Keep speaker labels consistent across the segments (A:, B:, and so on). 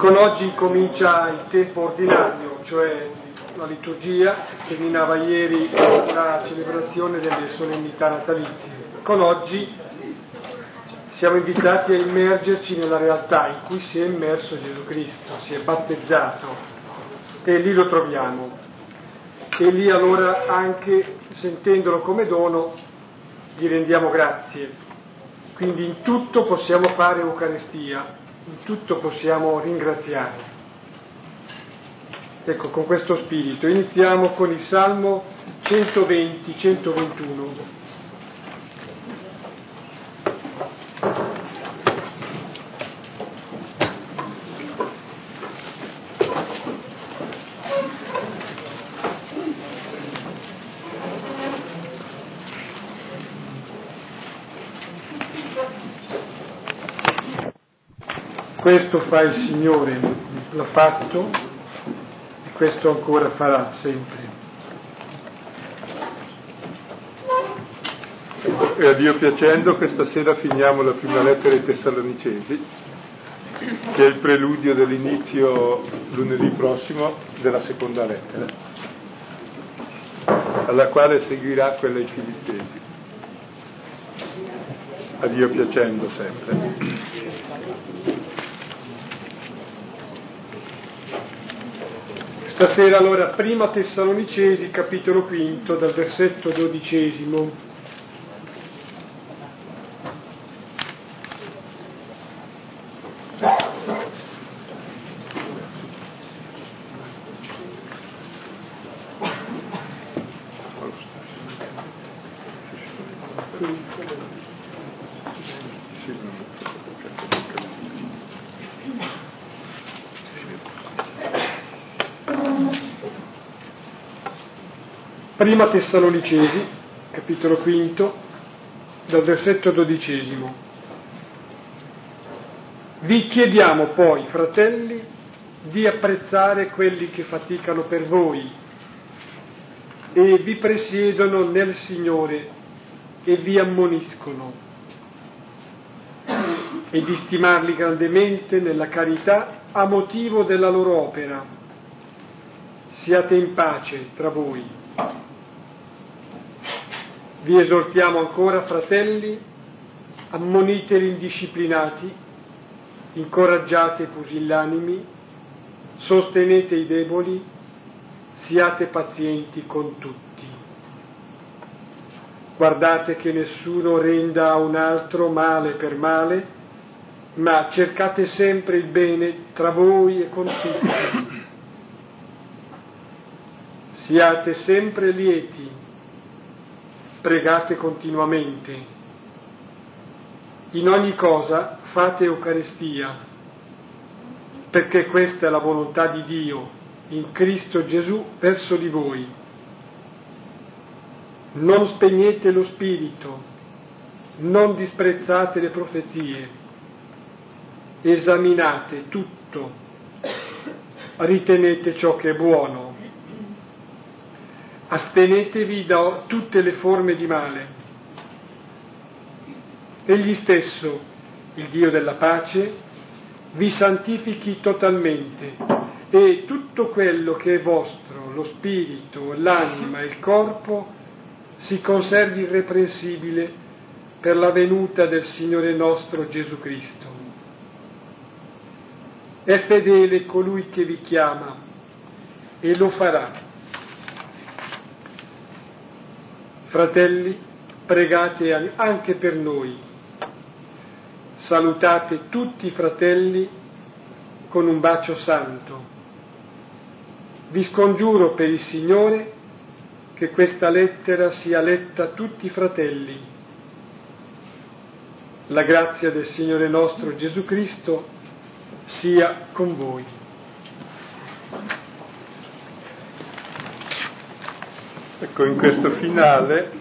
A: Con oggi comincia il tempo ordinario, cioè la liturgia. Terminava ieri la celebrazione delle solennità natalizie. Con oggi siamo invitati a immergerci nella realtà in cui si è immerso Gesù Cristo, si è battezzato, e lì lo troviamo. E lì allora, anche sentendolo come dono, gli rendiamo grazie. Quindi in tutto possiamo fare Eucaristia, in tutto possiamo ringraziare. Ecco, con questo spirito iniziamo con il Salmo 120-121. Questo fa il Signore, l'ha fatto e questo ancora farà sempre.
B: E a Dio piacendo, questa sera finiamo la prima lettera ai Tessalonicesi, che è il preludio dell'inizio lunedì prossimo della seconda lettera, alla quale seguirà quella ai Filippesi. A Dio piacendo sempre.
A: Stasera allora prima Tessalonicesi, capitolo 5, dal versetto 12. Prima Tessalonicesi, capitolo 5, dal versetto 12. Vi chiediamo poi, fratelli, di apprezzare quelli che faticano per voi e vi presiedono nel Signore e vi ammoniscono, e di stimarli grandemente nella carità a motivo della loro opera. Siate in pace tra voi. Vi esortiamo ancora, fratelli, ammonite gli indisciplinati, incoraggiate i pusillanimi, sostenete i deboli, siate pazienti con tutti. Guardate che nessuno renda a un altro male per male, ma cercate sempre il bene tra voi e con tutti. Siate sempre lieti, pregate continuamente. In ogni cosa fate Eucaristia, perché questa è la volontà di Dio in Cristo Gesù verso di voi. Non spegnete lo spirito, non disprezzate le profezie, esaminate tutto, ritenete ciò che è buono, astenetevi da tutte le forme di male. Egli stesso, il Dio della pace, vi santifichi totalmente e tutto quello che è vostro, lo spirito, l'anima e il corpo, si conservi irreprensibile per la venuta del Signore nostro Gesù Cristo. È fedele colui che vi chiama e lo farà. Fratelli, pregate anche per noi. Salutate tutti i fratelli con un bacio santo. Vi scongiuro per il Signore che questa lettera sia letta a tutti i fratelli. La grazia del Signore nostro Gesù Cristo sia con voi.
B: Ecco, in questo finale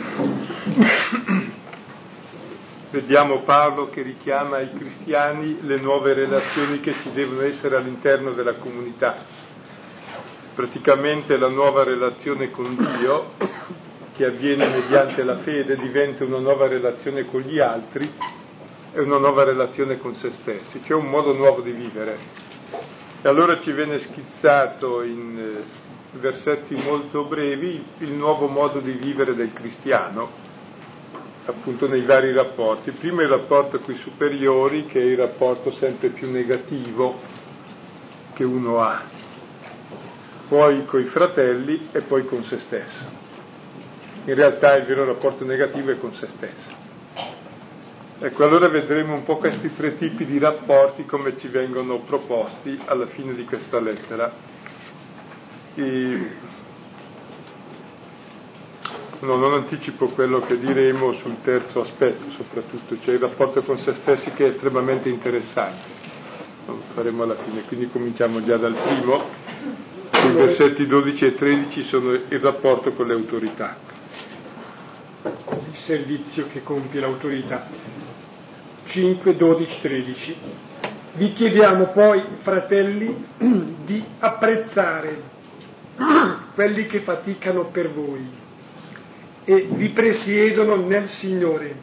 B: vediamo Paolo che richiama ai cristiani le nuove relazioni che ci devono essere all'interno della comunità. Praticamente la nuova relazione con Dio, che avviene mediante la fede, diventa una nuova relazione con gli altri e una nuova relazione con se stessi. C'è un modo nuovo di vivere. E allora ci viene schizzato in versetti molto brevi il nuovo modo di vivere del cristiano, appunto nei vari rapporti. Prima il rapporto con i superiori, che è il rapporto sempre più negativo che uno ha, poi con i fratelli e poi con se stesso. In realtà il vero rapporto negativo è con se stesso. Ecco, allora vedremo un po' questi tre tipi di rapporti come ci vengono proposti alla fine di questa lettera. No, non anticipo quello che diremo sul terzo aspetto soprattutto, cioè il rapporto con se stessi, che è estremamente interessante. Lo faremo alla fine, quindi cominciamo già dal primo. I versetti 12 e 13 sono il rapporto con le autorità.
A: Il servizio che compie l'autorità. 5, 12, 13. Vi chiediamo poi, fratelli, di apprezzare quelli che faticano per voi e vi presiedono nel Signore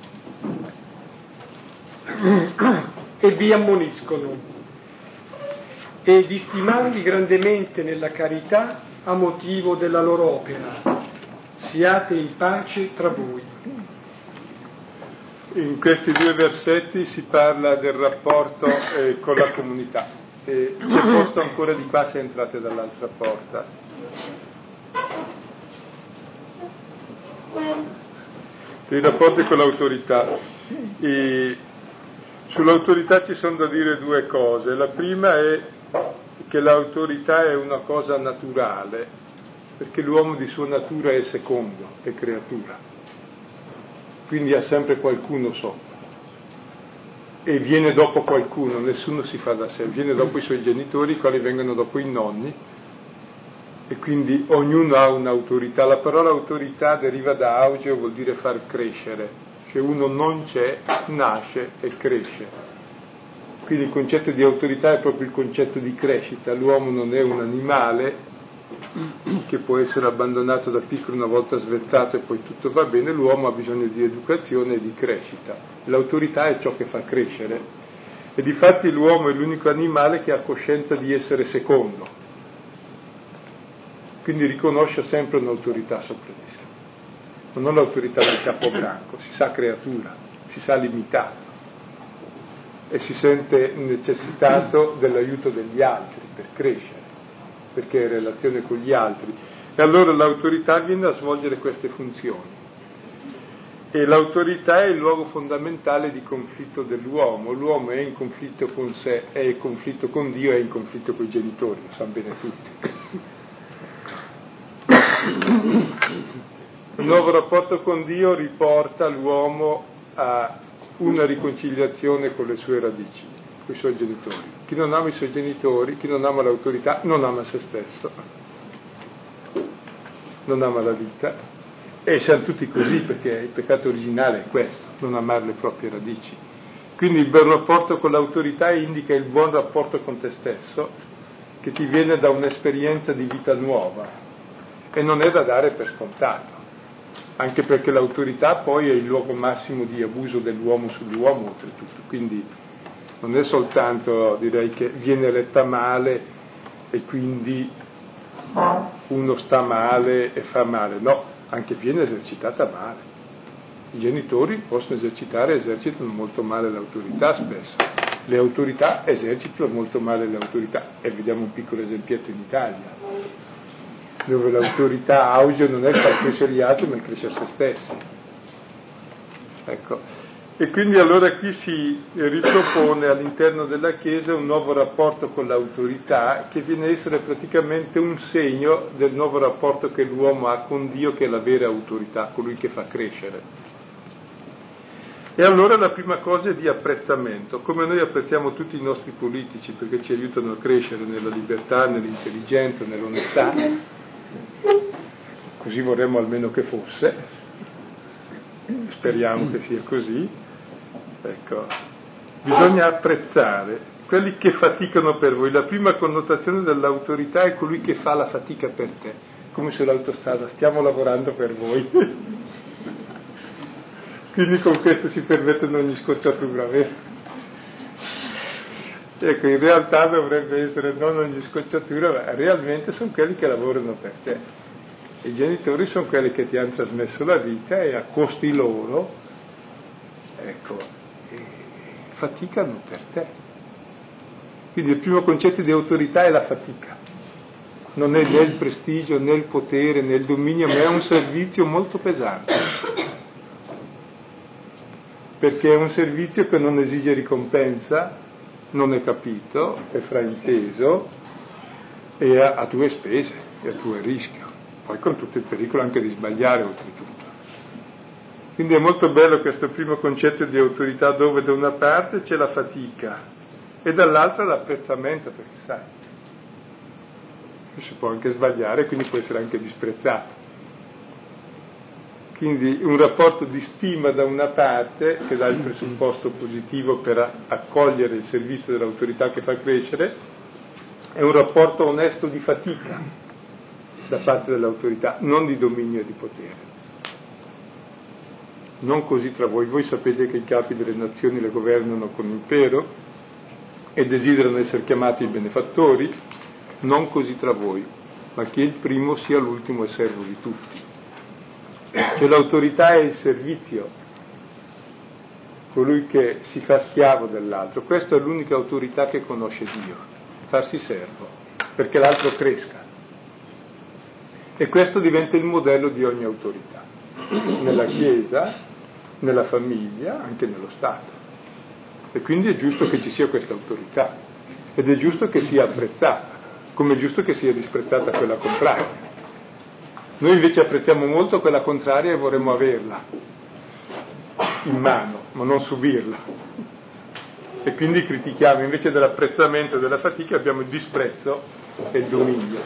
A: e vi ammoniscono, e di stimarli grandemente nella carità a motivo della loro opera. Siate in pace tra voi.
B: In questi due versetti si parla del rapporto con la comunità. C'è posto ancora di qua se entrate dall'altra porta. I rapporti con l'autorità. E sull'autorità ci sono da dire due cose. La prima è che l'autorità è una cosa naturale, perché l'uomo di sua natura è secondo, è creatura, quindi ha sempre qualcuno sopra e viene dopo qualcuno, nessuno si fa da sé, viene dopo i suoi genitori, i quali vengono dopo i nonni, e quindi ognuno ha un'autorità. La parola autorità deriva da augeo, vuol dire far crescere, cioè uno non c'è, nasce e cresce. Quindi il concetto di autorità è proprio il concetto di crescita. L'uomo non è un animale che può essere abbandonato da piccolo, una volta svezzato e poi tutto va bene. L'uomo ha bisogno di educazione e di crescita. L'autorità è ciò che fa crescere, e difatti l'uomo è l'unico animale che ha coscienza di essere secondo, quindi riconosce sempre un'autorità sopra di sé, ma non l'autorità del capobranco. Si sa creatura, si sa limitato e si sente necessitato dell'aiuto degli altri per crescere, perché è in relazione con gli altri, e allora l'autorità viene a svolgere queste funzioni. E l'autorità è il luogo fondamentale di conflitto dell'uomo. L'uomo è in conflitto con sé, è in conflitto con Dio, è in conflitto con i genitori, lo sanno bene tutti. Il nuovo rapporto con Dio riporta l'uomo a una riconciliazione con le sue radici, con i suoi genitori. Chi non ama i suoi genitori, chi non ama l'autorità, non ama se stesso, non ama la vita. E siamo tutti così, perché il peccato originale è questo, non amare le proprie radici. Quindi il bel rapporto con l'autorità indica il buon rapporto con te stesso, che ti viene da un'esperienza di vita nuova, e non è da dare per scontato, anche perché l'autorità poi è il luogo massimo di abuso dell'uomo sull'uomo oltretutto, quindi non è soltanto, direi, che viene letta male e quindi uno sta male e fa male, no, anche viene esercitata male. I genitori possono esercitano molto male l'autorità spesso, le autorità esercitano molto male le autorità, e vediamo un piccolo esempietto in Italia, dove l'autorità auge non è far crescere gli altri, ma è crescere se stessi. Ecco. E quindi allora qui si ripropone all'interno della Chiesa un nuovo rapporto con l'autorità, che viene a essere praticamente un segno del nuovo rapporto che l'uomo ha con Dio, che è la vera autorità, colui che fa crescere. E allora la prima cosa è di apprezzamento, come noi apprezziamo tutti i nostri politici, perché ci aiutano a crescere nella libertà, nell'intelligenza, nell'onestà. Così vorremmo almeno che fosse, speriamo che sia così. Ecco, bisogna apprezzare quelli che faticano per voi. La prima connotazione dell'autorità è colui che fa la fatica per te, come sull'autostrada: stiamo lavorando per voi. Quindi con questo si permettono ogni scocciatura, vero? Ecco, in realtà dovrebbe essere non ogni scocciatura, ma realmente sono quelli che lavorano per te. I genitori sono quelli che ti hanno trasmesso la vita e a costi loro, ecco, faticano per te. Quindi il primo concetto di autorità è la fatica. Non è né il prestigio, né il potere, né il dominio, ma è un servizio molto pesante. Perché è un servizio che non esige ricompensa, non è capito, è frainteso e a tue spese, e a tuo rischio. Poi con tutto il pericolo anche di sbagliare oltretutto. Quindi è molto bello questo primo concetto di autorità dove da una parte c'è la fatica e dall'altra l'apprezzamento, perché sai, si può anche sbagliare, quindi può essere anche disprezzato. Quindi un rapporto di stima da una parte, che dà il presupposto positivo per accogliere il servizio dell'autorità che fa crescere, è un rapporto onesto di fatica da parte dell'autorità, non di dominio e di potere. Non così tra voi. Voi sapete che i capi delle nazioni le governano con impero e desiderano essere chiamati benefattori, non così tra voi, ma che il primo sia l'ultimo e servo di tutti. Cioè l'autorità è il servizio, colui che si fa schiavo dell'altro. Questa è l'unica autorità che conosce Dio, farsi servo, perché l'altro cresca. E questo diventa il modello di ogni autorità, nella Chiesa, nella famiglia, anche nello Stato. E quindi è giusto che ci sia questa autorità, ed è giusto che sia apprezzata, come è giusto che sia disprezzata quella contraria. Noi invece apprezziamo molto quella contraria e vorremmo averla in mano, ma non subirla. E quindi critichiamo, invece dell'apprezzamento e della fatica abbiamo il disprezzo e il dominio.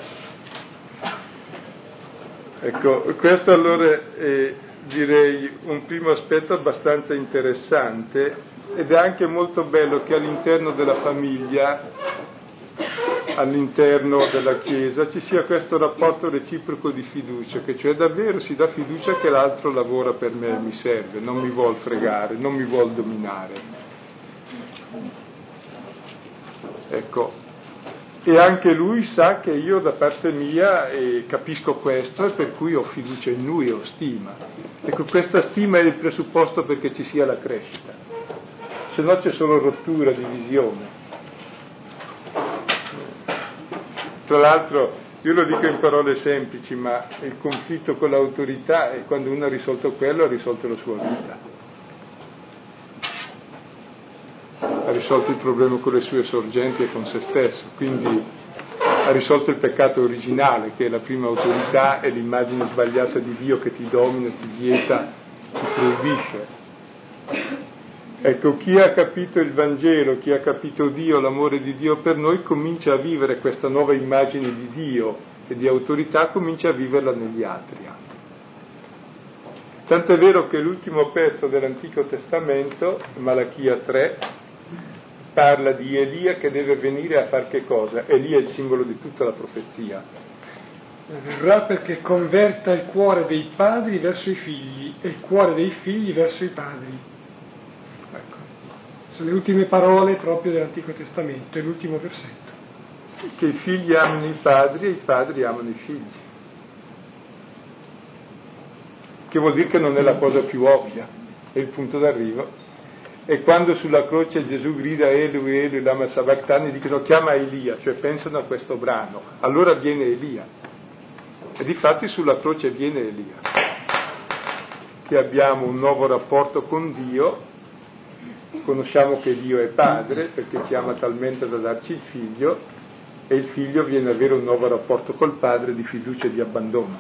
B: Ecco, questo allora è, direi, un primo aspetto abbastanza interessante, ed è anche molto bello che all'interno della famiglia, all'interno della Chiesa, ci sia questo rapporto reciproco di fiducia, che cioè davvero si dà fiducia che l'altro lavora per me e mi serve, non mi vuol fregare, non mi vuol dominare. Ecco, e anche lui sa che io da parte mia capisco questo e per cui ho fiducia in lui, ho stima. Ecco, questa stima è il presupposto perché ci sia la crescita, se no c'è solo rottura, divisione. Tra l'altro, io lo dico in parole semplici, ma il conflitto con l'autorità è quando uno ha risolto quello, ha risolto la sua vita. Ha risolto il problema con le sue sorgenti e con se stesso, quindi ha risolto il peccato originale, che è la prima autorità, è l'immagine sbagliata di Dio che ti domina, ti vieta, ti proibisce. Ecco, chi ha capito il Vangelo, chi ha capito Dio, l'amore di Dio per noi, comincia a vivere questa nuova immagine di Dio e di autorità, comincia a viverla negli altri. Tanto è vero che l'ultimo pezzo dell'Antico Testamento, Malachia 3, parla di Elia che deve venire a fare che cosa? Elia è il simbolo di tutta la profezia.
A: Verrà perché converta il cuore dei padri verso i figli e il cuore dei figli verso i padri. Sono le ultime parole proprio dell'Antico Testamento, è l'ultimo versetto.
B: Che i figli amano i padri e i padri amano i figli. Che vuol dire che non è la cosa più ovvia, è il punto d'arrivo. E quando sulla croce Gesù grida Eloi, Eloi, lama sabachthani, dicono chiama Elia, cioè pensano a questo brano. Allora viene Elia. E difatti sulla croce viene Elia. Che abbiamo un nuovo rapporto con Dio, conosciamo che Dio è Padre perché ci ama talmente da darci il Figlio, e il Figlio viene ad avere un nuovo rapporto col Padre di fiducia e di abbandono.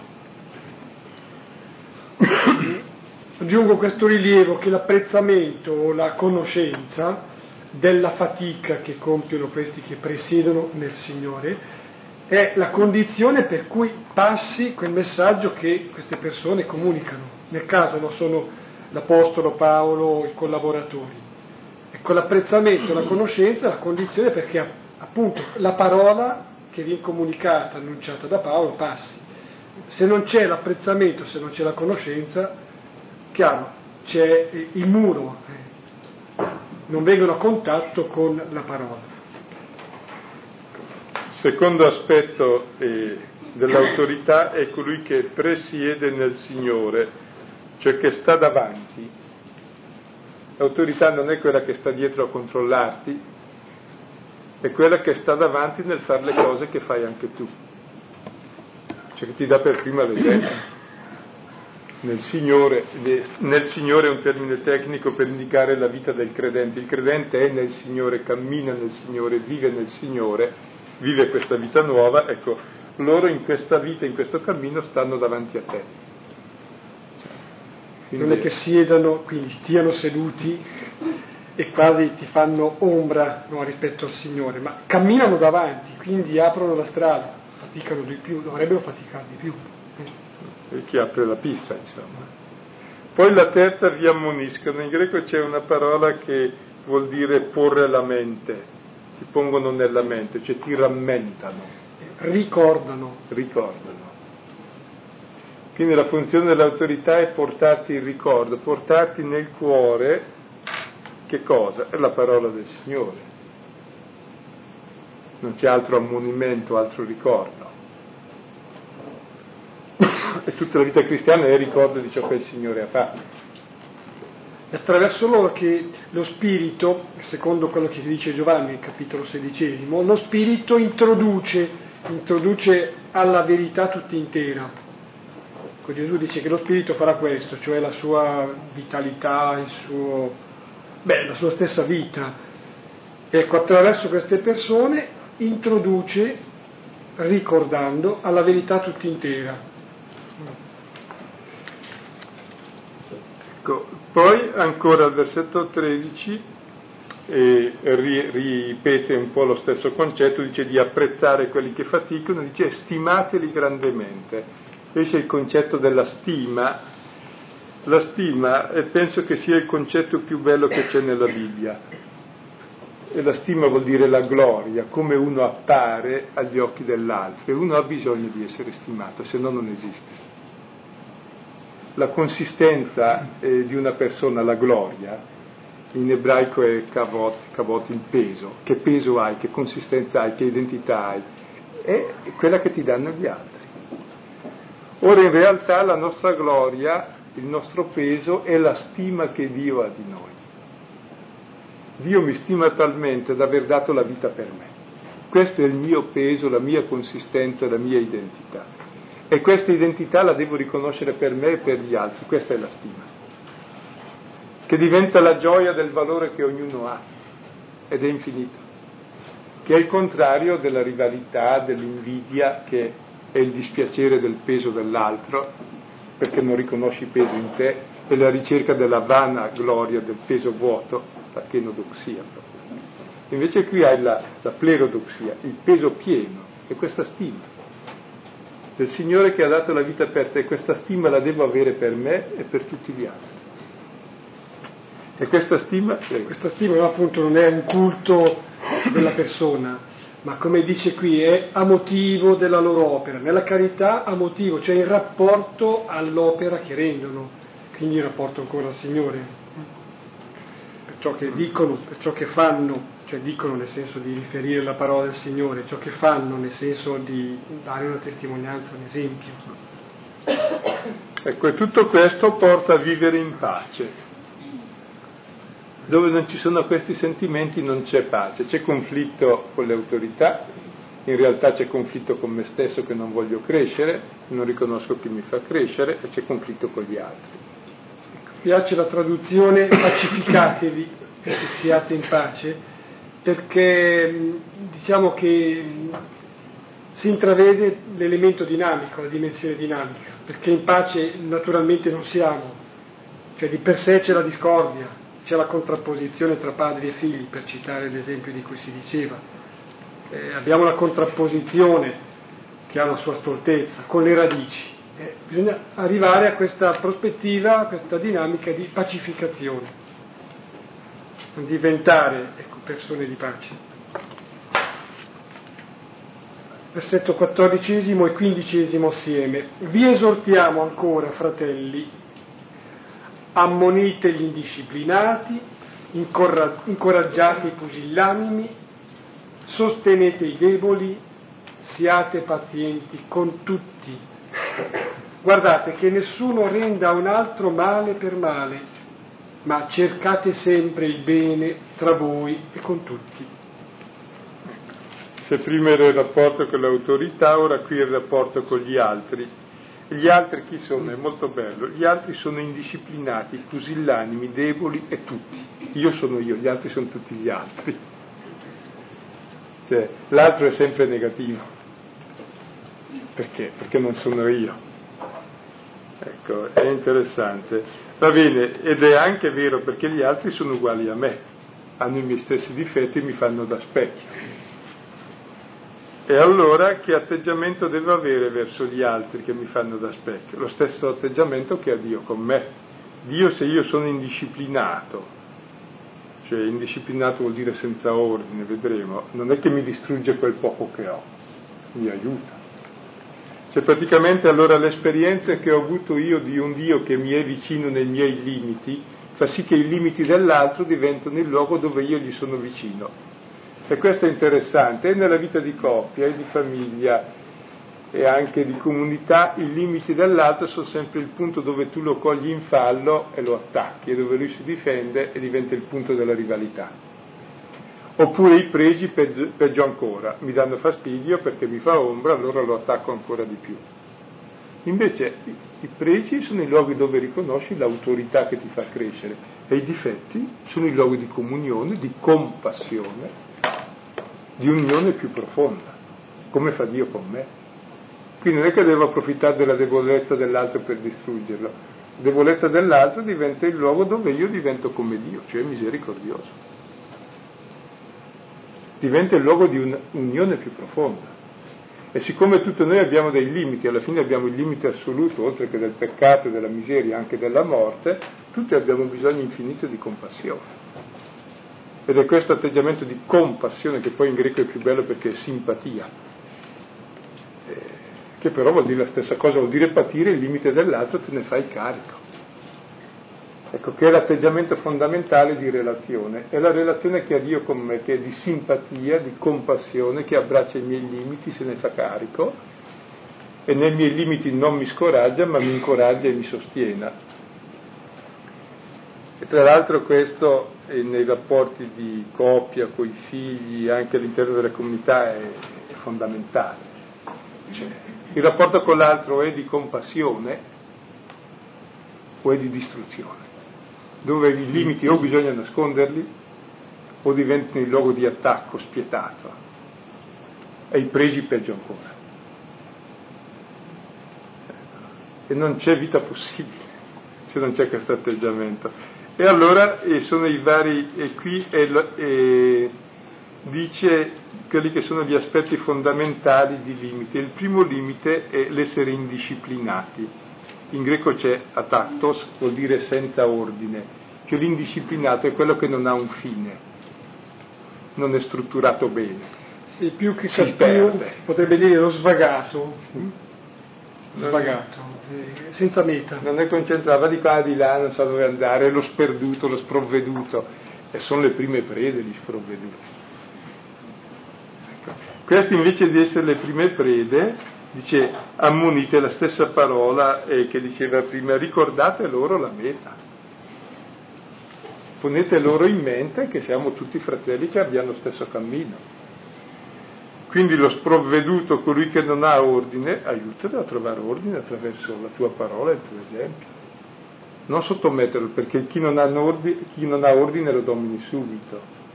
A: Aggiungo questo rilievo che l'apprezzamento o la conoscenza della fatica che compiono questi che presiedono nel Signore è la condizione per cui passi quel messaggio che queste persone comunicano. Nel caso non sono l'Apostolo Paolo o i collaboratori. Ecco, l'apprezzamento, la conoscenza è la condizione perché appunto la parola che viene comunicata, annunciata da Paolo, passi. Se non c'è l'apprezzamento, se non c'è la conoscenza, chiaro, c'è il muro, non vengono a contatto con la parola.
B: secondo aspetto dell'autorità è colui che presiede nel Signore, cioè che sta davanti. L'autorità non è quella che sta dietro a controllarti, è quella che sta davanti nel fare le cose che fai anche tu, cioè che ti dà per prima l'esempio. Nel Signore è un termine tecnico per indicare la vita del credente. Il credente è nel Signore, cammina nel Signore, vive nel Signore, vive questa vita nuova. Ecco, loro in questa vita, in questo cammino stanno davanti a te.
A: Quindi, non è che siedano, quindi stiano seduti e quasi ti fanno ombra, no, rispetto al Signore, ma camminano davanti, quindi aprono la strada, faticano di più, dovrebbero faticare di più.
B: E chi apre la pista, insomma. Poi la terza, vi ammoniscono. In greco c'è una parola che vuol dire porre la mente, ti pongono nella mente, cioè ti rammentano.
A: Ricordano.
B: Quindi la funzione dell'autorità è portarti il ricordo, portarti nel cuore, che cosa? È la parola del Signore. Non c'è altro ammonimento, altro ricordo. E tutta la vita cristiana è il ricordo di ciò che il Signore ha fatto.
A: È attraverso loro che lo Spirito, secondo quello che si dice Giovanni, nel capitolo 16, lo Spirito introduce alla verità tutta intera. Ecco, Gesù dice che lo Spirito farà questo, cioè la sua vitalità, la sua stessa vita. Ecco, attraverso queste persone introduce, ricordando, alla verità tutta intera.
B: Ecco, poi ancora al versetto 13 ripete un po' lo stesso concetto, dice di apprezzare quelli che faticano, dice stimateli grandemente. Invece il concetto della stima, la stima penso che sia il concetto più bello che c'è nella Bibbia. E la stima vuol dire la gloria, come uno appare agli occhi dell'altro, e uno ha bisogno di essere stimato, se no non esiste. La consistenza di una persona, la gloria, in ebraico è kavod, il peso. Che peso hai, che consistenza hai, che identità hai? È quella che ti danno gli altri. Ora in realtà la nostra gloria, il nostro peso è la stima che Dio ha di noi. Dio mi stima talmente da aver dato la vita per me. Questo è il mio peso, la mia consistenza, la mia identità. E questa identità la devo riconoscere per me e per gli altri, questa è la stima, che diventa la gioia del valore che ognuno ha, ed è infinito, che è il contrario della rivalità, dell'invidia, che è il dispiacere del peso dell'altro, perché non riconosci peso in te, e la ricerca della vana gloria, del peso vuoto, la chenodoxia. Invece qui hai la plerodoxia, il peso pieno, e questa stima del Signore che ha dato la vita per te, questa stima la devo avere per me e per tutti gli altri. E questa stima
A: appunto non è un culto della persona, ma come dice qui è a motivo della loro opera, nella carità a motivo, cioè in rapporto all'opera che rendono, quindi in rapporto ancora al Signore, per ciò che dicono, per ciò che fanno. Cioè dicono nel senso di riferire la parola del Signore, ciò che fanno nel senso di dare una testimonianza, un esempio.
B: Ecco, e tutto questo porta a vivere in pace. Dove non ci sono questi sentimenti non c'è pace, c'è conflitto con le autorità, in realtà c'è conflitto con me stesso che non voglio crescere, non riconosco chi mi fa crescere, e c'è conflitto con gli altri.
A: Ecco, piace la traduzione pacificatevi e siate in pace, perché diciamo che si intravede l'elemento dinamico, la dimensione dinamica, perché in pace naturalmente non siamo, cioè di per sé c'è la discordia, c'è la contrapposizione tra padri e figli, per citare l'esempio di cui si diceva, abbiamo la contrapposizione che ha la sua stoltezza con le radici, bisogna arrivare a questa prospettiva, a questa dinamica di pacificazione, diventare persone di pace. Versetto 14 e 15 assieme. Vi esortiamo ancora, fratelli, ammonite gli indisciplinati, incoraggiate i pusillanimi, sostenete i deboli, siate pazienti con tutti. Guardate che nessuno renda a un altro male per male, ma cercate sempre il bene tra voi e con tutti.
B: Se prima era il rapporto con l'autorità, ora qui è il rapporto con gli altri. Gli altri chi sono? È molto bello. Gli altri sono indisciplinati, pusillanimi, deboli e tutti. Io sono io, gli altri sono tutti gli altri. Cioè, l'altro è sempre negativo. Perché? Perché non sono io. Ecco, è interessante. Va bene, ed è anche vero perché gli altri sono uguali a me, hanno i miei stessi difetti e mi fanno da specchio. E allora che atteggiamento devo avere verso gli altri che mi fanno da specchio? Lo stesso atteggiamento che ha Dio con me. Dio, se io sono indisciplinato, cioè indisciplinato vuol dire senza ordine, vedremo, non è che mi distrugge quel poco che ho, mi aiuta. Cioè praticamente allora l'esperienza che ho avuto io di un Dio che mi è vicino nei miei limiti fa sì che i limiti dell'altro diventano il luogo dove io gli sono vicino. E questo è interessante, e nella vita di coppia e di famiglia e anche di comunità i limiti dell'altro sono sempre il punto dove tu lo cogli in fallo e lo attacchi, e dove lui si difende e diventa il punto della rivalità. Oppure i pregi, peggio ancora, mi danno fastidio perché mi fa ombra, allora lo attacco ancora di più. Invece i pregi sono i luoghi dove riconosci l'autorità che ti fa crescere, e i difetti sono i luoghi di comunione, di compassione, di unione più profonda, come fa Dio con me. Quindi non è che devo approfittare della debolezza dell'altro per distruggerlo. La debolezza dell'altro diventa il luogo dove io divento come Dio, cioè misericordioso. Diventa il luogo di un'unione più profonda. E siccome tutti noi abbiamo dei limiti, alla fine abbiamo il limite assoluto, oltre che del peccato, della miseria, anche della morte, tutti abbiamo bisogno infinito di compassione. Ed è questo atteggiamento di compassione, che poi in greco è più bello perché è simpatia, che però vuol dire la stessa cosa, vuol dire patire il limite dell'altro, te ne fai carico. Ecco, che è l'atteggiamento fondamentale di relazione, è la relazione che ha Dio con me, che è di simpatia, di compassione, che abbraccia i miei limiti, se ne fa carico, e nei miei limiti non mi scoraggia, ma mi incoraggia e mi sostiene. E tra l'altro questo nei rapporti di coppia, con i figli, anche all'interno della comunità è fondamentale. Cioè, il rapporto con l'altro è di compassione o è di distruzione, dove i limiti o bisogna nasconderli o diventano il luogo di attacco spietato, e i pregi peggio ancora. E non c'è vita possibile se non c'è questo atteggiamento. E allora sono i vari, e qui dice quelli che sono gli aspetti fondamentali di limite. Il primo limite è l'essere indisciplinati. In greco c'è ataktos, vuol dire senza ordine, che l'indisciplinato è quello che non ha un fine, non è strutturato bene.
A: Sì, più che
B: si perde.
A: Potrebbe dire lo svagato, senza meta.
B: Non è concentrato, va di qua di là, non sa dove andare, è lo sperduto, lo sprovveduto, e sono le prime prede gli sprovveduti. Ecco. Questi invece di essere le prime prede, dice ammonite, la stessa parola che diceva prima, ricordate loro la meta. Ponete loro in mente che siamo tutti fratelli che abbiamo lo stesso cammino. Quindi lo sprovveduto, colui che non ha ordine, aiutalo a trovare ordine attraverso la tua parola e il tuo esempio. Non sottometterlo, perché chi non ha ordine lo domini subito.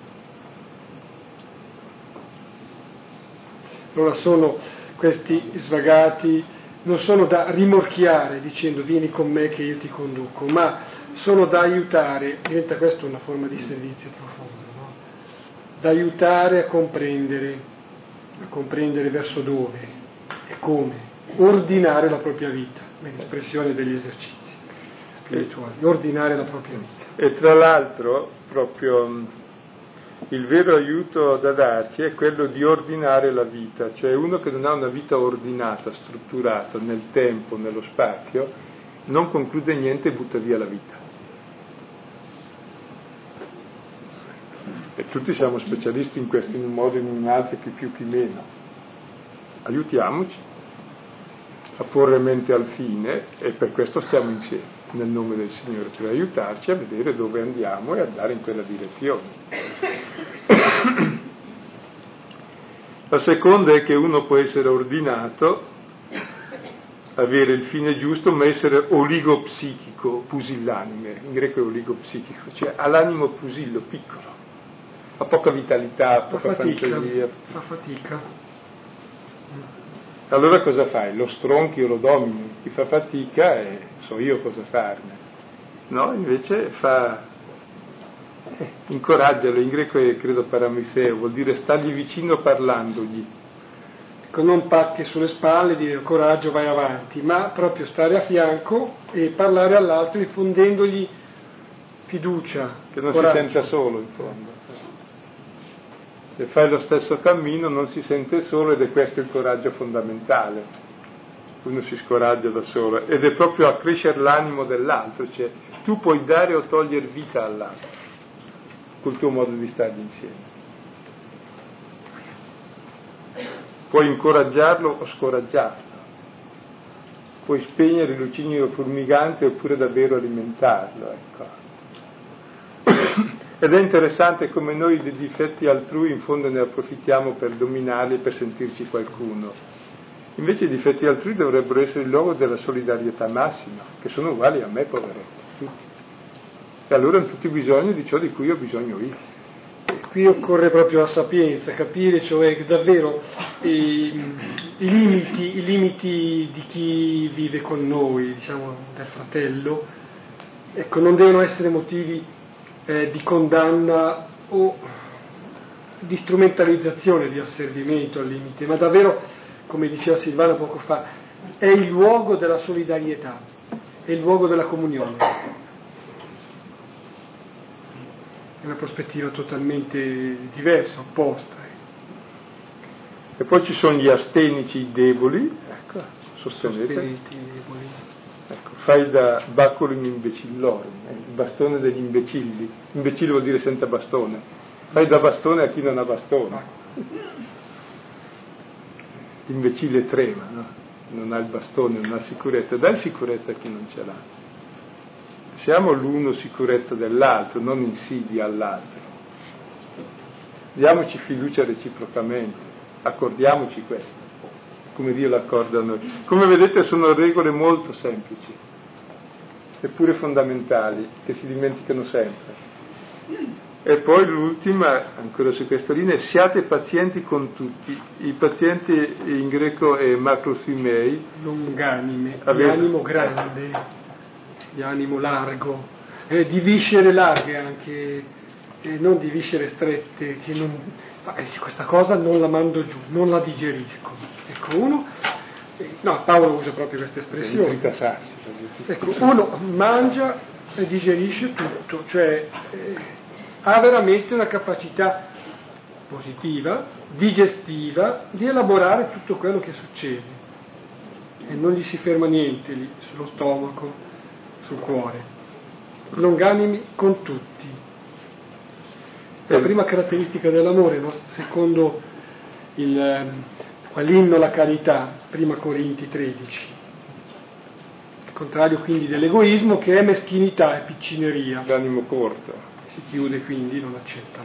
A: Allora sono questi svagati, non sono da rimorchiare dicendo vieni con me che io ti conduco, ma sono da aiutare, diventa questa una forma di servizio profondo, no? Da aiutare a comprendere verso dove e come, ordinare la propria vita, l'espressione degli esercizi spirituali, ordinare la propria vita.
B: E tra l'altro proprio il vero aiuto da darci è quello di ordinare la vita, cioè uno che non ha una vita ordinata, strutturata nel tempo, nello spazio, non conclude niente e butta via la vita. E tutti siamo specialisti in questo, in un modo o in un altro, chi più chi meno. aiutiamoci a porre mente al fine, e per questo stiamo insieme, nel nome del Signore, per aiutarci a vedere dove andiamo e andare in quella direzione. La seconda è che uno può essere ordinato, avere il fine giusto, ma essere oligopsichico, pusillanime, in greco è oligopsichico, cioè ha l'animo pusillo, piccolo, ha poca vitalità, poca fantasia.
A: Fa fatica.
B: Allora cosa fai? Lo stronchi o lo domini? Chi fa fatica so io cosa farne. No, invece incoraggialo, in greco è credo paramifeo, vuol dire stargli vicino parlandogli.
A: Ecco, non pacche sulle spalle, dire coraggio, vai avanti, ma proprio stare a fianco e parlare all'altro infondendogli fiducia.
B: Che non
A: coraggio.
B: Si senta solo in fondo. Se fai lo stesso cammino non si sente solo, ed è questo il coraggio fondamentale. Uno si scoraggia da solo ed è proprio a crescere l'animo dell'altro, cioè tu puoi dare o togliere vita all'altro col tuo modo di stare insieme. Puoi incoraggiarlo o scoraggiarlo, puoi spegnere il lucignolo fumigante oppure davvero alimentarlo, ecco. Ed è interessante come noi dei difetti altrui in fondo ne approfittiamo per dominarli, per sentirci qualcuno. Invece i difetti altrui dovrebbero essere il luogo della solidarietà massima, che sono uguali a me, poveretto, tutti. E allora hanno tutti bisogno di ciò di cui ho bisogno io.
A: E qui occorre proprio la sapienza, capire cioè davvero i limiti di chi vive con noi, diciamo del fratello, ecco, non devono essere motivi di condanna o di strumentalizzazione, di asservimento al limite, ma davvero, come diceva Silvana poco fa, è il luogo della solidarietà, è il luogo della comunione. È una prospettiva totalmente diversa, opposta.
B: E poi ci sono gli astenici, i deboli, ecco, sosteniti
A: deboli.
B: Ecco, fai da baculum imbecillorum, il bastone degli imbecilli. Imbecille vuol dire senza bastone. Fai da bastone a chi non ha bastone. L'imbecille trema, no? Non ha il bastone, non ha sicurezza. Dai sicurezza a chi non ce l'ha. Siamo l'uno sicurezza dell'altro, non insidia all'altro. Diamoci fiducia reciprocamente, accordiamoci questo, come Dio l'accorda a noi. Come vedete sono regole molto semplici, eppure fondamentali, che si dimenticano sempre. E poi l'ultima, ancora su questa linea, siate pazienti con tutti. I pazienti in greco è macrothymei,
A: longanime, di animo grande, di animo largo, di viscere larghe anche, non di viscere strette, che non, questa cosa non la mando giù, non la digerisco. Ecco, uno, no, Paolo usa proprio questa espressione. Ecco, uno mangia e digerisce tutto, cioè ha veramente una capacità positiva, digestiva, di elaborare tutto quello che succede e non gli si ferma niente lì, sullo stomaco, sul cuore. Longanimi con tutti. La prima caratteristica dell'amore, no? Secondo l'inno alla carità, prima Corinti 13. Il contrario quindi dell'egoismo, che è meschinità e piccineria.
B: L'animo corto.
A: Si chiude quindi, non accetta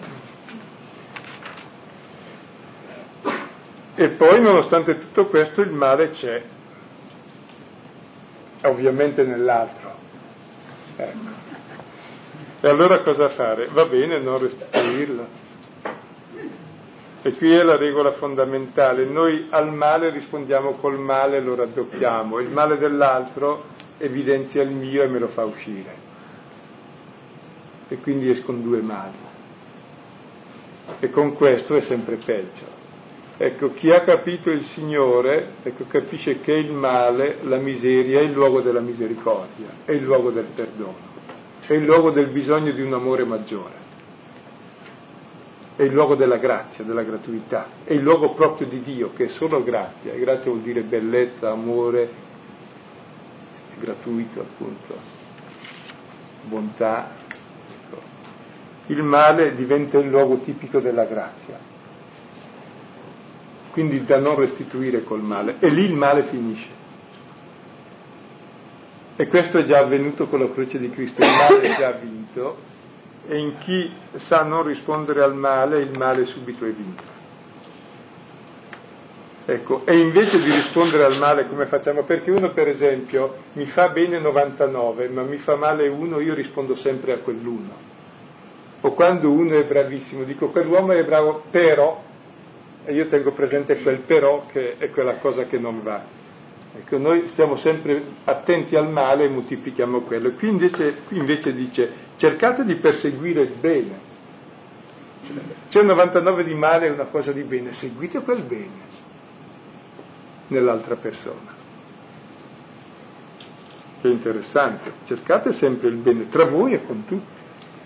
A: l'altro.
B: E poi, nonostante tutto questo, il male c'è, ovviamente nell'altro. Ecco. E allora cosa fare? Va bene non restituirlo. E qui è la regola fondamentale. Noi al male rispondiamo col male e lo raddoppiamo. Il male dell'altro evidenzia il mio e me lo fa uscire. E quindi escono due mali. E con questo è sempre peggio. Ecco, chi ha capito il Signore, ecco, capisce che il male, la miseria, è il luogo della misericordia, è il luogo del perdono, è il luogo del bisogno di un amore maggiore, è il luogo della grazia, della gratuità, è il luogo proprio di Dio, che è solo grazia, e grazia vuol dire bellezza, amore, gratuito appunto, bontà. Il male diventa il luogo tipico della grazia. quindi da non restituire col male, e lì il male finisce. E questo è già avvenuto con la croce di Cristo, il male è già vinto, e in chi sa non rispondere al male, il male subito è vinto. Ecco, e invece di rispondere al male come facciamo? Perché uno, per esempio, mi fa bene 99, ma mi fa male uno, io rispondo sempre a quell'uno. O quando uno è bravissimo, dico quell'uomo è bravo, però, e io tengo presente quel però che è quella cosa che non va. Ecco, noi stiamo sempre attenti al male e moltiplichiamo quello. Qui invece dice, cercate di perseguire il bene. C'è un 99 di male e una cosa di bene, seguite quel bene nell'altra persona. Che è interessante, cercate sempre il bene tra voi e con tutti.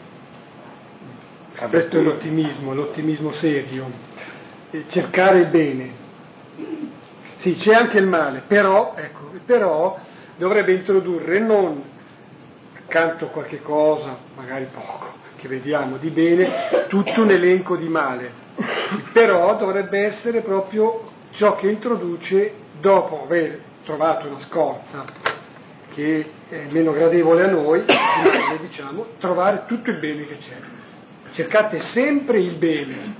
A: Questo è l'ottimismo serio, cercare il bene. Sì, c'è anche il male, però dovrebbe introdurre non accanto a qualche cosa, magari poco, che vediamo di bene, tutto un elenco di male. Però dovrebbe essere proprio ciò che introduce, dopo aver trovato una scorza che è meno gradevole a noi, diciamo, trovare tutto il bene che c'è. Cercate sempre il bene,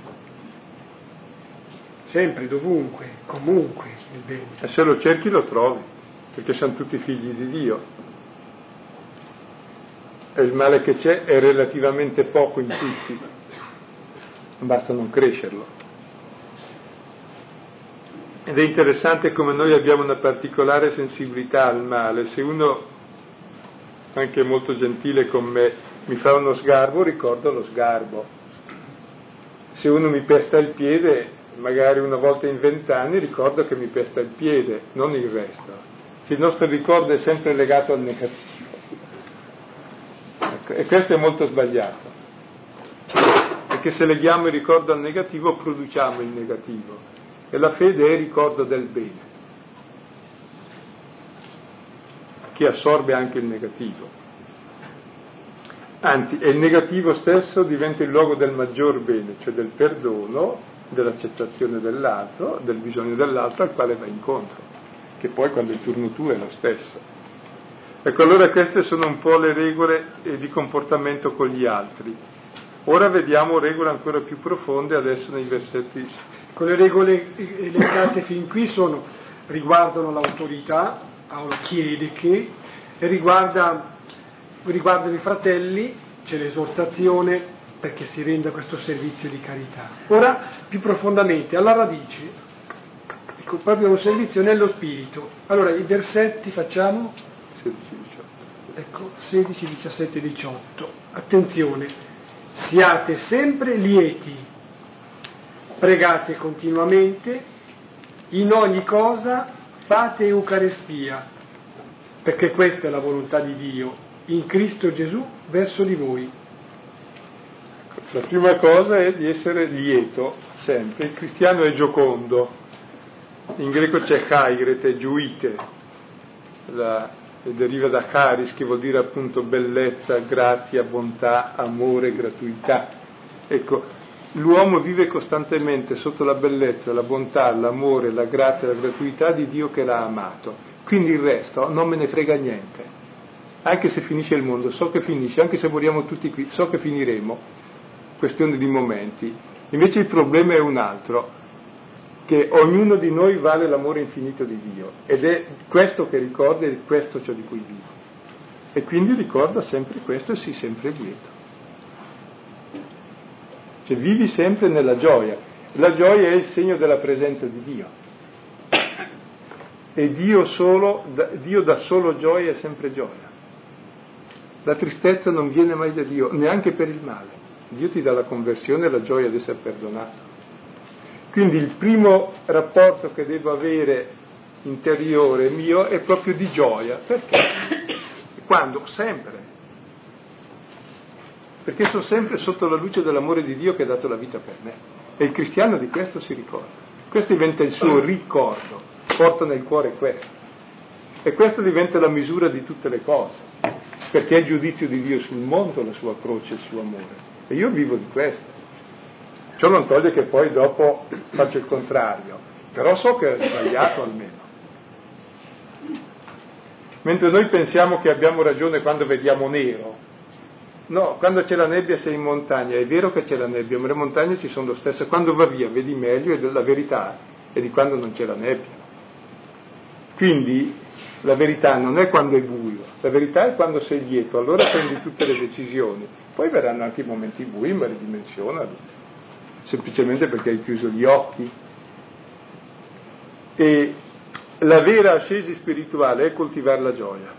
A: sempre, dovunque, comunque il bene.
B: E se lo cerchi lo trovi, perché siamo tutti figli di Dio. E il male che c'è è relativamente poco in tutti, basta non crescerlo. Ed è interessante come noi abbiamo una particolare sensibilità al male. Se uno, anche molto gentile con me, mi fa uno sgarbo, ricordo lo sgarbo. Se uno mi pesta il piede, magari una volta in 20 anni, ricordo che mi pesta il piede, non il resto. Se il nostro ricordo è sempre legato al negativo. Ecco, e questo è molto sbagliato. Perché se leghiamo il ricordo al negativo, produciamo il negativo. E la fede è il ricordo del bene, che assorbe anche il negativo. Anzi, è il negativo stesso diventa il luogo del maggior bene, cioè del perdono, dell'accettazione dell'altro, del bisogno dell'altro al quale va incontro, che poi quando è turno tuo è lo stesso. Ecco, allora queste sono un po' le regole di comportamento con gli altri. Ora vediamo regole ancora più profonde adesso nei versetti.
A: Con le regole elencate fin qui riguardano l'autorità, Paolo chiede che, e riguardano i fratelli, c'è l'esortazione perché si renda questo servizio di carità. Ora, più profondamente, alla radice, ecco, proprio un servizio nello spirito. Allora, i versetti facciamo?
B: 16, 18.
A: Ecco, 16, 17, 18. Attenzione, siate sempre lieti. Pregate continuamente, in ogni cosa fate Eucaristia, perché questa è la volontà di Dio, in Cristo Gesù verso di voi.
B: La prima cosa è di essere lieto, sempre. Il cristiano è giocondo. In greco c'è chairete, giuite, deriva da charis, che vuol dire appunto bellezza, grazia, bontà, amore, gratuità. Ecco, l'uomo vive costantemente sotto la bellezza, la bontà, l'amore, la grazia, la gratuità di Dio che l'ha amato. Quindi il resto non me ne frega niente. Anche se finisce il mondo, so che finisce, anche se moriamo tutti qui, so che finiremo, questione di momenti. Invece il problema è un altro, che ognuno di noi vale l'amore infinito di Dio, ed è questo che ricorda e questo ciò di cui vivo. E quindi ricorda sempre questo e sii sempre lieto. Cioè vivi sempre nella gioia. La gioia è il segno della presenza di Dio. E Dio dà solo gioia e sempre gioia. La tristezza non viene mai da Dio, neanche per il male. Dio ti dà la conversione e la gioia di essere perdonato. Quindi il primo rapporto che devo avere interiore mio è proprio di gioia. Perché? Quando? Sempre. Perché sono sempre sotto la luce dell'amore di Dio che ha dato la vita per me. E il cristiano di questo si ricorda. Questo diventa il suo ricordo, porta nel cuore questo. E questo diventa la misura di tutte le cose, perché è il giudizio di Dio sul mondo, la sua croce, il suo amore. E io vivo di questo. Ciò non toglie che poi dopo faccio il contrario. però so che è sbagliato almeno. Mentre noi pensiamo che abbiamo ragione quando vediamo nero. No, quando c'è la nebbia sei in montagna, è vero che c'è la nebbia, ma le montagne ci sono lo stesso, quando va via vedi meglio, e la verità è di quando non c'è la nebbia. Quindi la verità non è quando è buio, la verità è quando sei lieto, allora prendi tutte le decisioni. Poi verranno anche i momenti bui, ma ridimensionali, semplicemente perché hai chiuso gli occhi. E la vera ascesi spirituale è coltivare la gioia.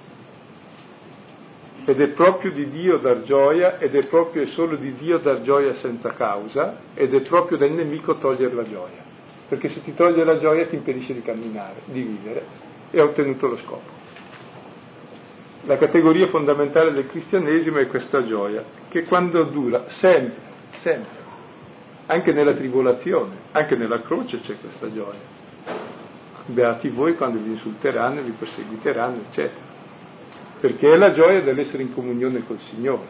B: Ed è proprio di Dio dar gioia, ed è proprio e solo di Dio dar gioia senza causa, ed è proprio del nemico togliere la gioia. Perché se ti toglie la gioia ti impedisce di camminare, di vivere, e ha ottenuto lo scopo. La categoria fondamentale del cristianesimo è questa gioia, che quando dura, sempre, sempre, anche nella tribolazione, anche nella croce c'è questa gioia. Beati voi quando vi insulteranno, vi perseguiteranno, eccetera. Perché è la gioia dell'essere in comunione col Signore.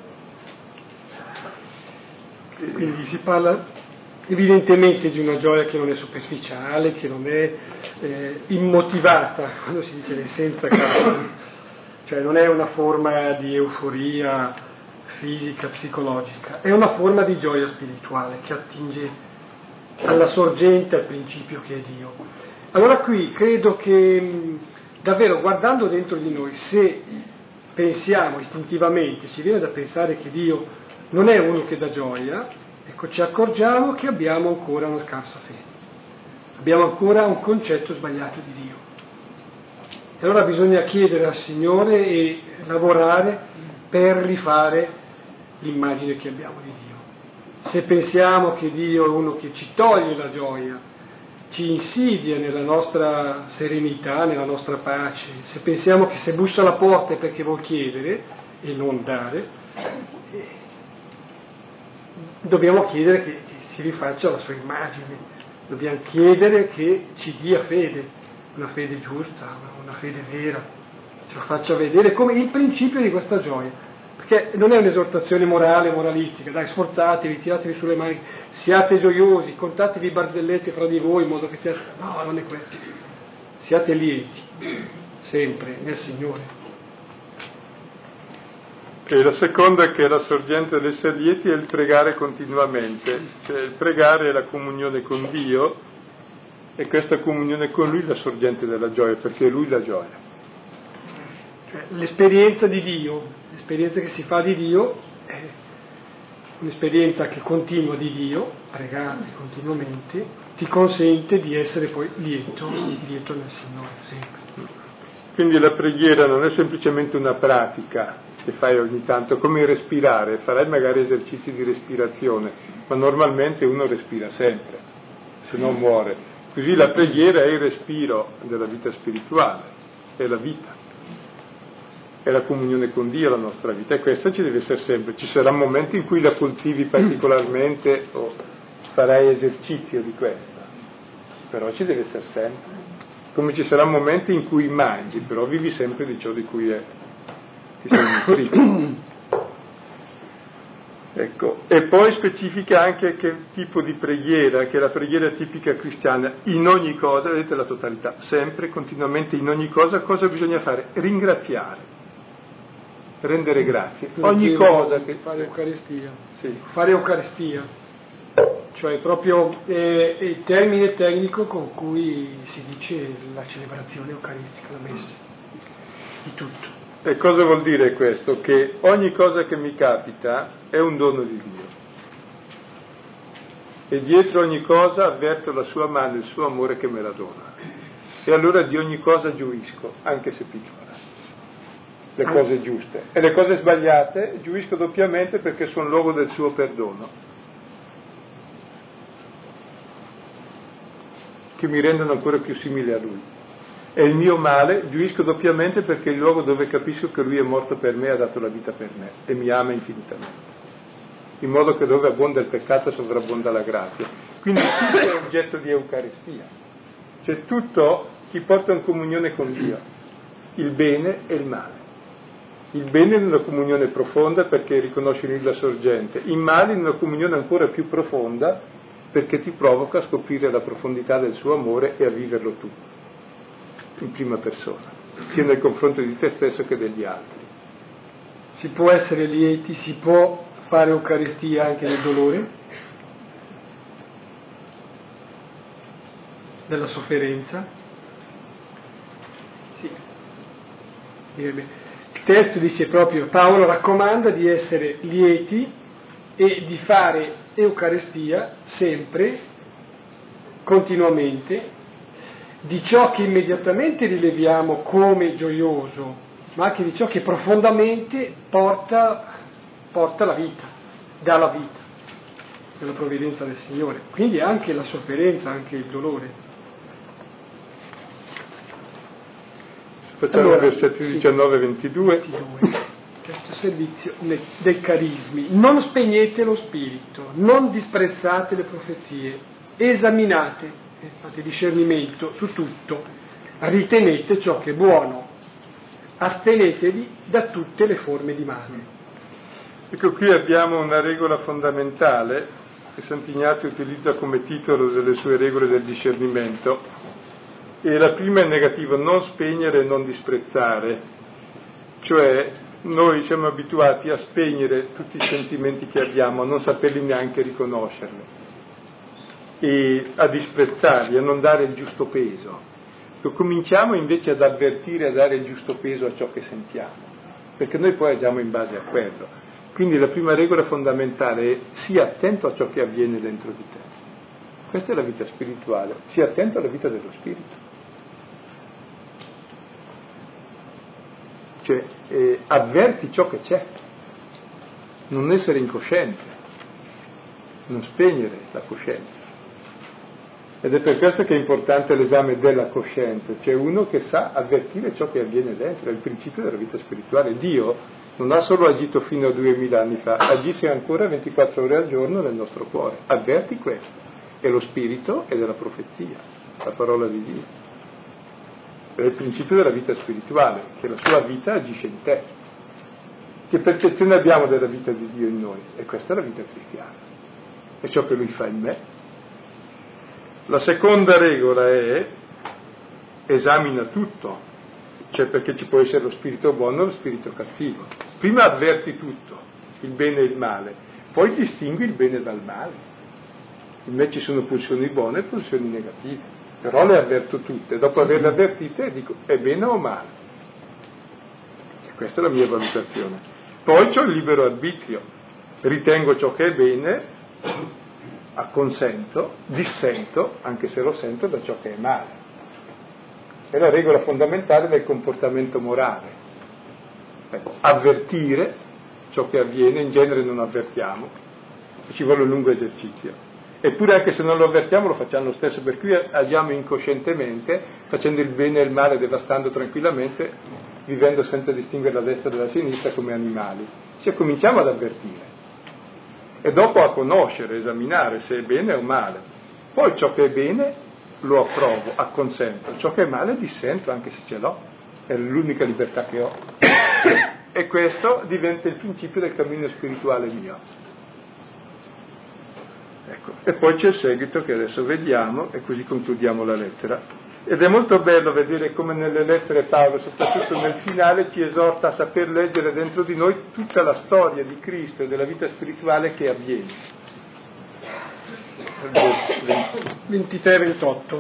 A: Quindi si parla evidentemente di una gioia che non è superficiale, che non è immotivata, quando si dice senza causa, cioè non è una forma di euforia fisica, psicologica, è una forma di gioia spirituale che attinge alla sorgente, al principio che è Dio. Allora qui credo che davvero guardando dentro di noi, se pensiamo istintivamente, ci viene da pensare che Dio non è uno che dà gioia, ecco, ci accorgiamo che abbiamo ancora una scarsa fede, abbiamo ancora un concetto sbagliato di Dio. E allora bisogna chiedere al Signore e lavorare per rifare l'immagine che abbiamo di Dio. Se pensiamo che Dio è uno che ci toglie la gioia, ci insidia nella nostra serenità, nella nostra pace, se pensiamo che se bussa alla porta è perché vuol chiedere e non dare, dobbiamo chiedere che si rifaccia la sua immagine, dobbiamo chiedere che ci dia fede, una fede giusta, una fede vera, ce lo faccia vedere come il principio di questa gioia. Perché non è un'esortazione morale, moralistica, dai sforzatevi, tiratevi sulle mani, siate gioiosi, contatevi barzellette fra di voi in modo che siate... No, non è questo. Siate lieti, sempre, nel Signore.
B: E la seconda, che è la sorgente dell'essere lieti, è il pregare continuamente. Cioè il pregare è la comunione con Dio, e questa comunione con Lui è la sorgente della gioia, perché è Lui la gioia.
A: Cioè, l'esperienza di Dio, l'esperienza che si fa di Dio è un'esperienza che continua di Dio, pregare continuamente, ti consente di essere poi lieto nel Signore, sempre.
B: Quindi la preghiera non è semplicemente una pratica che fai ogni tanto, come il respirare, farai magari esercizi di respirazione, ma normalmente uno respira sempre, se no muore. Così la preghiera è il respiro della vita spirituale, è la vita. È la comunione con Dio la nostra vita, e questa ci deve essere sempre. Ci sarà momenti in cui la coltivi particolarmente o farai esercizio di questa, però ci deve essere sempre. Come ci sarà momenti in cui mangi, però vivi sempre di ciò di cui ti sei nutrito. Ecco. E poi specifica anche che tipo di preghiera, che è la preghiera tipica cristiana, in ogni cosa, vedete la totalità, sempre, continuamente, in ogni cosa bisogna fare? Ringraziare. Rendere grazie, ogni cosa che...
A: Fare Eucaristia,
B: sì.
A: Fare Eucaristia, cioè proprio il termine tecnico con cui si dice la celebrazione eucaristica, la messa, di tutto.
B: E cosa vuol dire questo? Che ogni cosa che mi capita è un dono di Dio, e dietro ogni cosa avverto la sua mano, il suo amore che me la dona, e allora di ogni cosa gioisco, anche se piccola. Le cose giuste e le cose sbagliate giuisco doppiamente, perché sono luogo del suo perdono, che mi rendono ancora più simile a Lui. E il mio male giuisco doppiamente, perché è il luogo dove capisco che Lui è morto per me, ha dato la vita per me e mi ama infinitamente, in modo che dove abbonda il peccato sovrabbonda la grazia. Quindi tutto è oggetto di Eucaristia, cioè tutto ti porta in comunione con Dio, il bene e il male. Il bene in una comunione profonda, perché riconosci in Lui la sorgente, il male in una comunione ancora più profonda, perché ti provoca a scoprire la profondità del suo amore e a viverlo tu, in prima persona, sia nel confronto di te stesso che degli altri.
A: Si può essere lieti, si può fare Eucaristia anche nel dolore, nella sofferenza. Sì. Il testo dice proprio, Paolo raccomanda di essere lieti e di fare Eucaristia sempre, continuamente, di ciò che immediatamente rileviamo come gioioso, ma anche di ciò che profondamente porta la vita, dà la vita, nella provvidenza del Signore. Quindi anche la sofferenza, anche il dolore.
B: Facciamo allora, versetti 19 e 22.
A: Questo servizio dei carismi. Non spegnete lo spirito, non disprezzate le profezie, esaminate, fate discernimento su tutto, ritenete ciò che è buono, astenetevi da tutte le forme di male.
B: Ecco, qui abbiamo una regola fondamentale che Sant'Ignazio utilizza come titolo delle sue regole del discernimento, e la prima è negativo: non spegnere e non disprezzare, cioè noi siamo abituati a spegnere tutti i sentimenti che abbiamo, a non saperli neanche riconoscerli, e a disprezzarli, a non dare il giusto peso. Cominciamo invece ad avvertire, a dare il giusto peso a ciò che sentiamo, perché noi poi agiamo in base a quello. Quindi la prima regola fondamentale è: sii attento a ciò che avviene dentro di te. Questa è la vita spirituale, sii attento alla vita dello spirito. Cioè, avverti ciò che c'è, non essere incosciente, non spegnere la coscienza. Ed è per questo che è importante l'esame della coscienza, cioè uno che sa avvertire ciò che avviene dentro, è il principio della vita spirituale. Dio non ha solo agito fino a 2000 anni fa, agisce ancora 24 ore al giorno nel nostro cuore. Avverti questo, è lo spirito ed è la profezia, la parola di Dio. È il principio della vita spirituale, che la sua vita agisce in te. Che percezione abbiamo della vita di Dio in noi? E questa è la vita cristiana, è ciò che Lui fa in me. La seconda regola è: esamina tutto, cioè perché ci può essere lo spirito buono e lo spirito cattivo. Prima avverti tutto, il bene e il male, poi distingui il bene dal male. In me ci sono pulsioni buone e pulsioni negative, però le avverto tutte. Dopo averle avvertite dico: è bene o male? E questa è la mia valutazione. Poi c'ho il libero arbitrio, ritengo ciò che è bene, acconsento, dissento, anche se lo sento, da ciò che è male. È la regola fondamentale del comportamento morale. Avvertire ciò che avviene, in genere non avvertiamo, ci vuole un lungo esercizio. Eppure anche se non lo avvertiamo lo facciamo lo stesso, per cui agiamo incoscientemente, facendo il bene e il male, devastando tranquillamente, vivendo senza distinguere la destra dalla sinistra come animali. Cioè cominciamo ad avvertire e dopo a conoscere, esaminare se è bene o male. Poi ciò che è bene lo approvo, acconsento, ciò che è male dissento, anche se ce l'ho, è l'unica libertà che ho. E questo diventa il principio del cammino spirituale mio. Ecco. E poi c'è il seguito che adesso vediamo, e così concludiamo la lettera. Ed è molto bello vedere come nelle lettere Paolo, soprattutto nel finale, ci esorta a saper leggere dentro di noi tutta la storia di Cristo e della vita spirituale che avviene.
A: 23-28.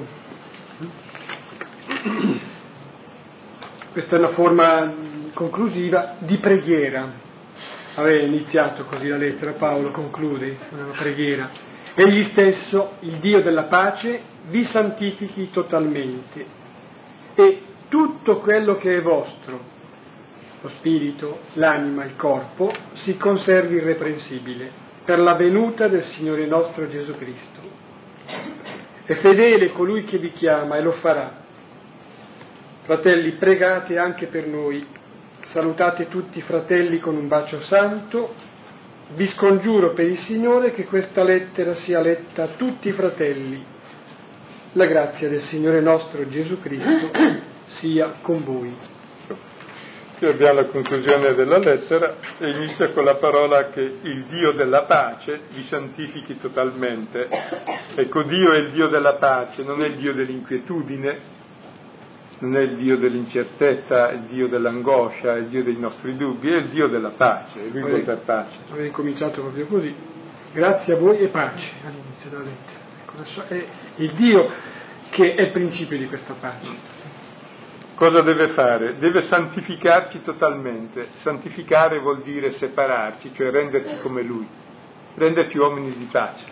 A: Questa è una forma conclusiva di preghiera. Aveva iniziato così la lettera, Paolo conclude una preghiera. Egli stesso, il Dio della pace, vi santifichi totalmente, e tutto quello che è vostro, lo spirito, l'anima, il corpo, si conservi irreprensibile per la venuta del Signore nostro Gesù Cristo. È fedele colui che vi chiama e lo farà. Fratelli, pregate anche per noi. Salutate tutti i fratelli con un bacio santo. Vi scongiuro per il Signore che questa lettera sia letta a tutti i fratelli. La grazia del Signore nostro Gesù Cristo sia con voi.
B: Adesso abbiamo la conclusione della lettera e inizia con la parola che il Dio della pace vi santifichi totalmente. Ecco, Dio è il Dio della pace, non è il Dio dell'inquietudine, non è il Dio dell'incertezza, è il Dio dell'angoscia, è il Dio dei nostri dubbi, è il Dio della pace, e lui vuol per pace.
A: Avevo incominciato proprio così. Grazie a voi e pace all'inizio della lettera. Ecco, adesso è il Dio che è il principio di questa pace.
B: Cosa deve fare? Deve santificarci totalmente. Santificare vuol dire separarci, cioè renderci come Lui, renderci uomini di pace,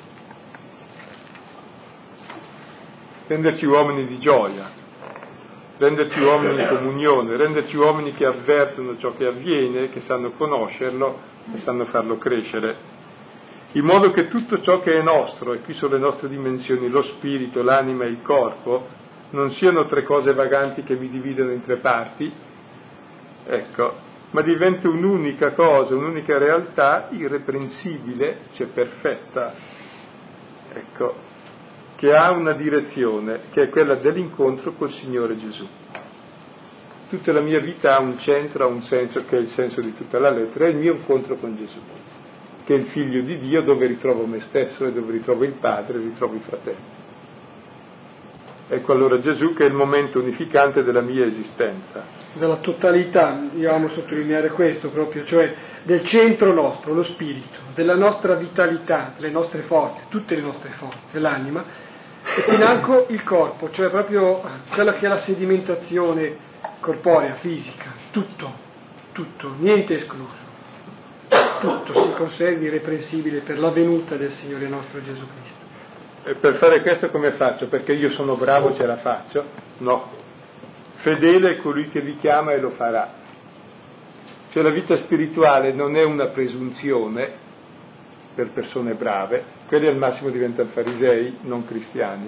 B: renderci uomini di gioia, renderci uomini di comunione, renderci uomini che avvertono ciò che avviene, che sanno conoscerlo e sanno farlo crescere, in modo che tutto ciò che è nostro, e qui sono le nostre dimensioni, lo spirito, l'anima e il corpo, non siano tre cose vaganti che mi dividono in tre parti, ecco, ma diventi un'unica cosa, un'unica realtà irreprensibile, cioè perfetta, ecco, che ha una direzione, che è quella dell'incontro col Signore Gesù. Tutta la mia vita ha un centro, ha un senso, che è il senso di tutta la lettera, è il mio incontro con Gesù, che è il Figlio di Dio, dove ritrovo me stesso e dove ritrovo il Padre e ritrovo i fratelli. Ecco allora Gesù che è il momento unificante della mia esistenza.
A: Della totalità, io amo sottolineare questo proprio, cioè del centro nostro, lo spirito, della nostra vitalità, delle nostre forze, tutte le nostre forze, l'anima, e financo il corpo, cioè proprio quella che è la sedimentazione corporea, fisica, tutto, niente escluso, tutto si conservi irreprensibile per la venuta del Signore nostro Gesù Cristo.
B: E per fare questo come faccio? Perché io sono bravo, ce la faccio? No. Fedele è colui che vi chiama e lo farà. Cioè la vita spirituale non è una presunzione per persone brave, quelli al massimo diventano farisei, non cristiani.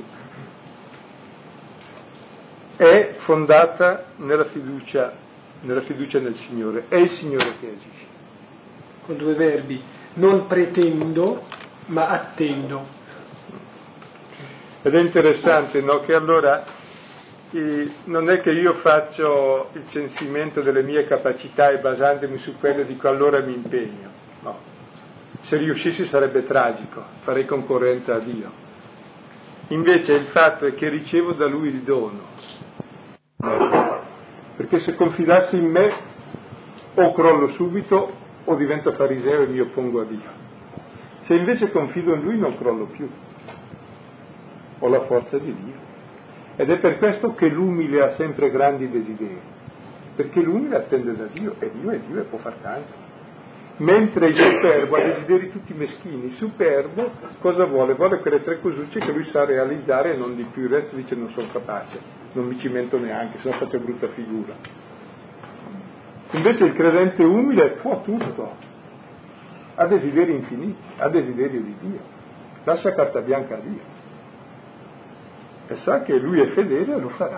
B: È fondata nella fiducia nel Signore, è il Signore che agisce.
A: Con due verbi, non pretendo, ma attendo.
B: Ed è interessante, no, che allora non è che io faccio il censimento delle mie capacità e basandomi su quelle dico allora mi impegno, no. Se riuscissi sarebbe tragico, farei concorrenza a Dio. Invece il fatto è che ricevo da Lui il dono, perché se confidassi in me o crollo subito o divento fariseo e mi oppongo a Dio. Se invece confido in Lui non crollo più. Ho la forza di Dio. Ed è per questo che l'umile ha sempre grandi desideri, perché l'umile attende da Dio e Dio può far tanto. Mentre il superbo ha desideri tutti meschini. Il superbo cosa vuole? Vuole quelle tre cosucce che lui sa realizzare e non di più. Il resto dice non sono capace, non mi cimento neanche, se no faccio brutta figura. Invece il credente umile può tutto, ha desideri infiniti, ha desiderio di Dio, lascia carta bianca a Dio. E sa che lui è fedele e lo farà.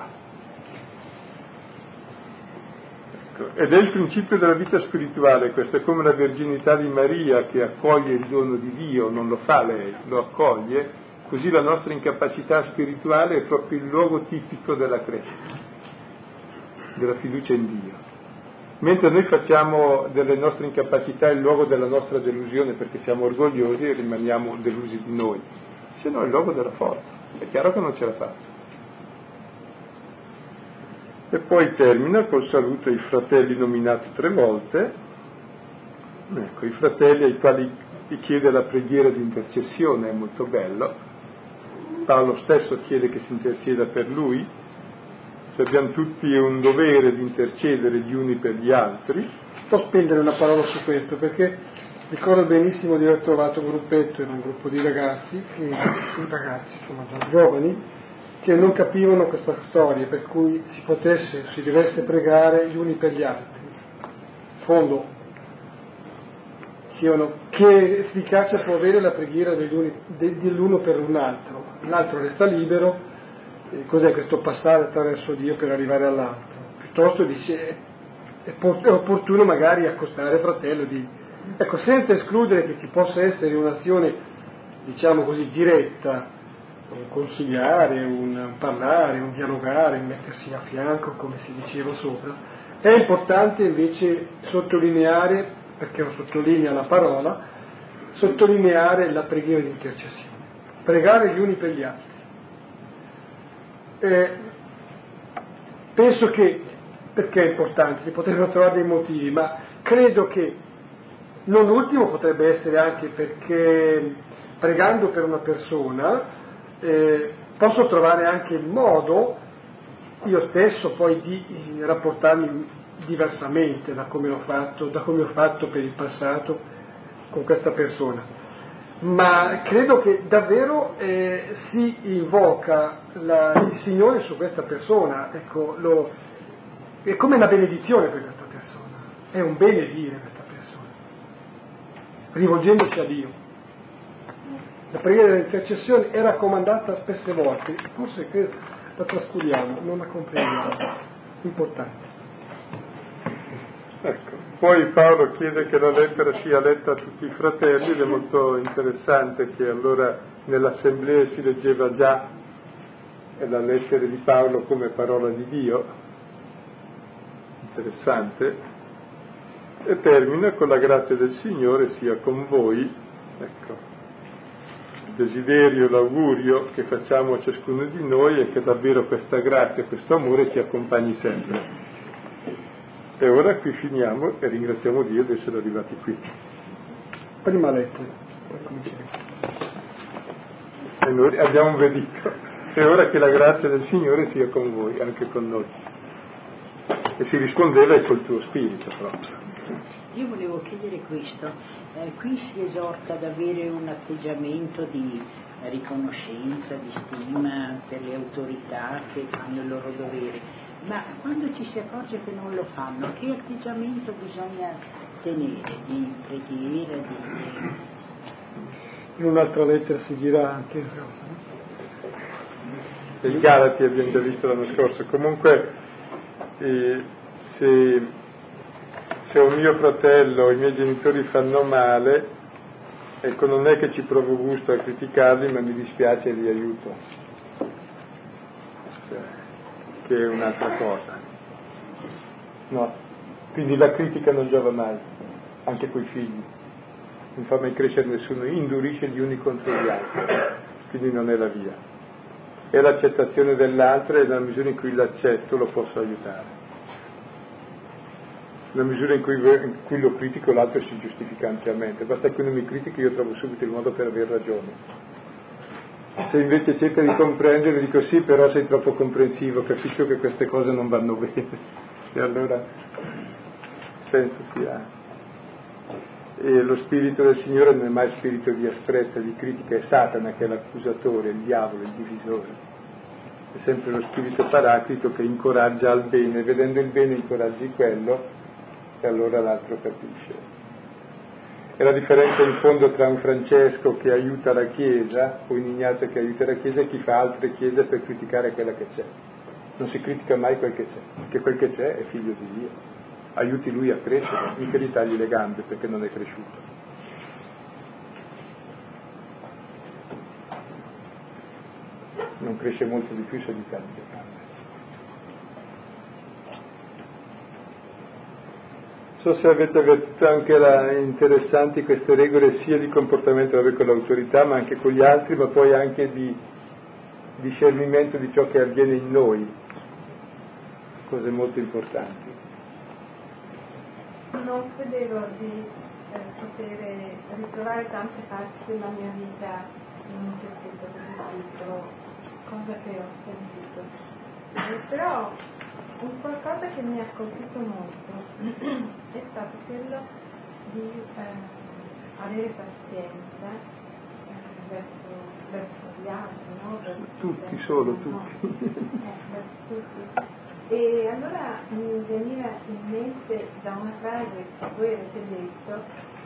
B: Ecco. Ed è il principio della vita spirituale, questo è come la verginità di Maria che accoglie il dono di Dio, non lo fa lei, lo accoglie, così la nostra incapacità spirituale è proprio il luogo tipico della crescita, della fiducia in Dio. Mentre noi facciamo delle nostre incapacità il luogo della nostra delusione perché siamo orgogliosi e rimaniamo delusi di noi, se no è il luogo della forza. È chiaro che non ce la fa. E poi termina col saluto ai fratelli nominati 3 volte, ecco, i fratelli ai quali gli chiede la preghiera di intercessione, è molto bello. Paolo stesso chiede che si interceda per lui, cioè abbiamo tutti un dovere di intercedere gli uni per gli altri.
A: Posso spendere una parola su questo, perché ricordo benissimo di aver trovato un gruppetto, era un gruppo di ragazzi, insomma già giovani, che non capivano questa storia, per cui si dovesse pregare gli uni per gli altri. In fondo, che efficacia può avere la preghiera dell'uno per un altro? L'altro resta libero, cos'è questo passare attraverso Dio per arrivare all'altro? Piuttosto dice, è opportuno magari accostare fratello, ecco, senza escludere che ci possa essere un'azione, diciamo così, diretta, un consigliare, un parlare, un dialogare, un mettersi a fianco, come si diceva sopra, È importante invece sottolineare, perché lo sottolinea la parola, sottolineare la preghiera di intercessione, pregare gli uni per gli altri. Penso che, perché è importante, si potrebbero trovare dei motivi, ma credo che non ultimo potrebbe essere anche perché pregando per una persona posso trovare anche il modo io stesso poi di rapportarmi diversamente da come ho fatto per il passato con questa persona. Ma credo che davvero si invoca il Signore su questa persona, ecco, è come una benedizione per questa persona, è un benedire questa persona, rivolgendosi a Dio. La preghiera dell'intercessione è raccomandata spesse volte, forse la trascuriamo, non la comprendiamo, importante.
B: Ecco. Poi Paolo chiede che la lettera sia letta a tutti i fratelli ed è molto interessante che allora nell'assemblea si leggeva già la lettera di Paolo come parola di Dio, interessante, e termina con la grazia del Signore sia con voi, ecco, il desiderio, l'augurio che facciamo a ciascuno di noi è che davvero questa grazia, questo amore ci accompagni sempre. E ora qui finiamo e ringraziamo Dio di essere arrivati qui.
A: Prima lettera, poi cominceremo.
B: E noi abbiamo obbedito. E ora che la grazia del Signore sia con voi, anche con noi. E si rispondeva col tuo spirito proprio.
C: Io volevo chiedere questo. Qui si esorta ad avere un atteggiamento di riconoscenza, di stima per le autorità che fanno il loro dovere. Ma quando ci si accorge che non lo fanno, che atteggiamento bisogna tenere? Di preghiera,
A: In un'altra lettera si dirà anche
B: I Galati abbiamo già visto l'anno scorso. Comunque se un mio fratello o i miei genitori fanno male, ecco, non è che ci provo gusto a criticarli, ma mi dispiace e li aiuto. Che è un'altra cosa. No, quindi la critica non giova mai, anche coi figli, non fa mai crescere nessuno, indurisce gli uni contro gli altri, quindi non è la via. È l'accettazione dell'altro e nella misura in cui l'accetto lo posso aiutare. Nella misura in cui lo critico l'altro si giustifica ampiamente, basta che uno mi critichi io trovo subito il modo per aver ragione. Se invece cerca di comprendere, dico sì, però sei troppo comprensivo, capisco che queste cose non vanno bene, e allora senso si ha. E lo spirito del Signore non è mai spirito di asprezza, di critica, è Satana che è l'accusatore, il diavolo, il divisore. È sempre lo spirito paraclito che incoraggia al bene, vedendo il bene incoraggi quello, e allora l'altro capisce. È la differenza in fondo tra un Francesco che aiuta la Chiesa o un Ignazio che aiuta la Chiesa e chi fa altre chiese per criticare quella che c'è. Non si critica mai quel che c'è, perché quel che c'è è figlio di Dio. Aiuti lui a crescere, mica gli tagli le gambe perché non è cresciuto. Non cresce molto di più se gli tagli le gambe. Non so se avete avvertito anche interessanti queste regole sia di comportamento con l'autorità ma anche con gli altri, ma poi anche di discernimento di ciò che avviene in noi, cose molto importanti.
D: Non credevo di poter ritrovare tante parti della mia vita in un testo così piccolo, cosa che ho sentito. Però un qualcosa che mi ha colpito molto è stato quello di avere pazienza verso gli altri, no?
B: Tutti, solo tutti.
D: Verso tutti. E allora mi veniva in mente da una frase che voi avete detto,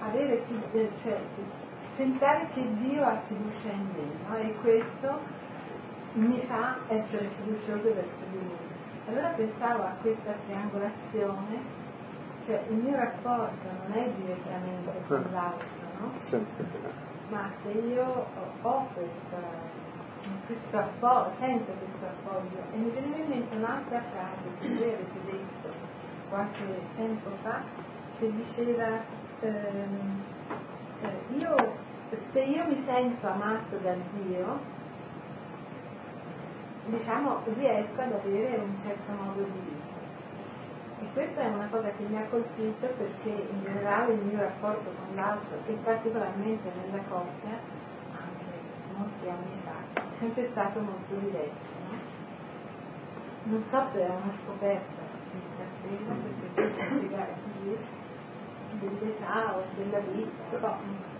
D: pensare che Dio ha fiducia in me, no? E questo mi fa essere fiducioso verso di lui. Allora pensavo a questa triangolazione, cioè il mio rapporto non è direttamente con l'altro, no? Ma se io ho questo appoggio, sento questo appoggio, e mi viene in mente un'altra frase che voi avete detto qualche tempo fa che diceva se io mi sento amato da Dio, diciamo, riesco ad avere un certo modo di vita. E questa è una cosa che mi ha colpito, perché in generale il mio rapporto con l'altro, e particolarmente nella coppia, anche molti anni fa, è sempre stato molto diretto, no? Non so se è una scoperta intrapresa, perché questo spiegare dell'età o della vita, però.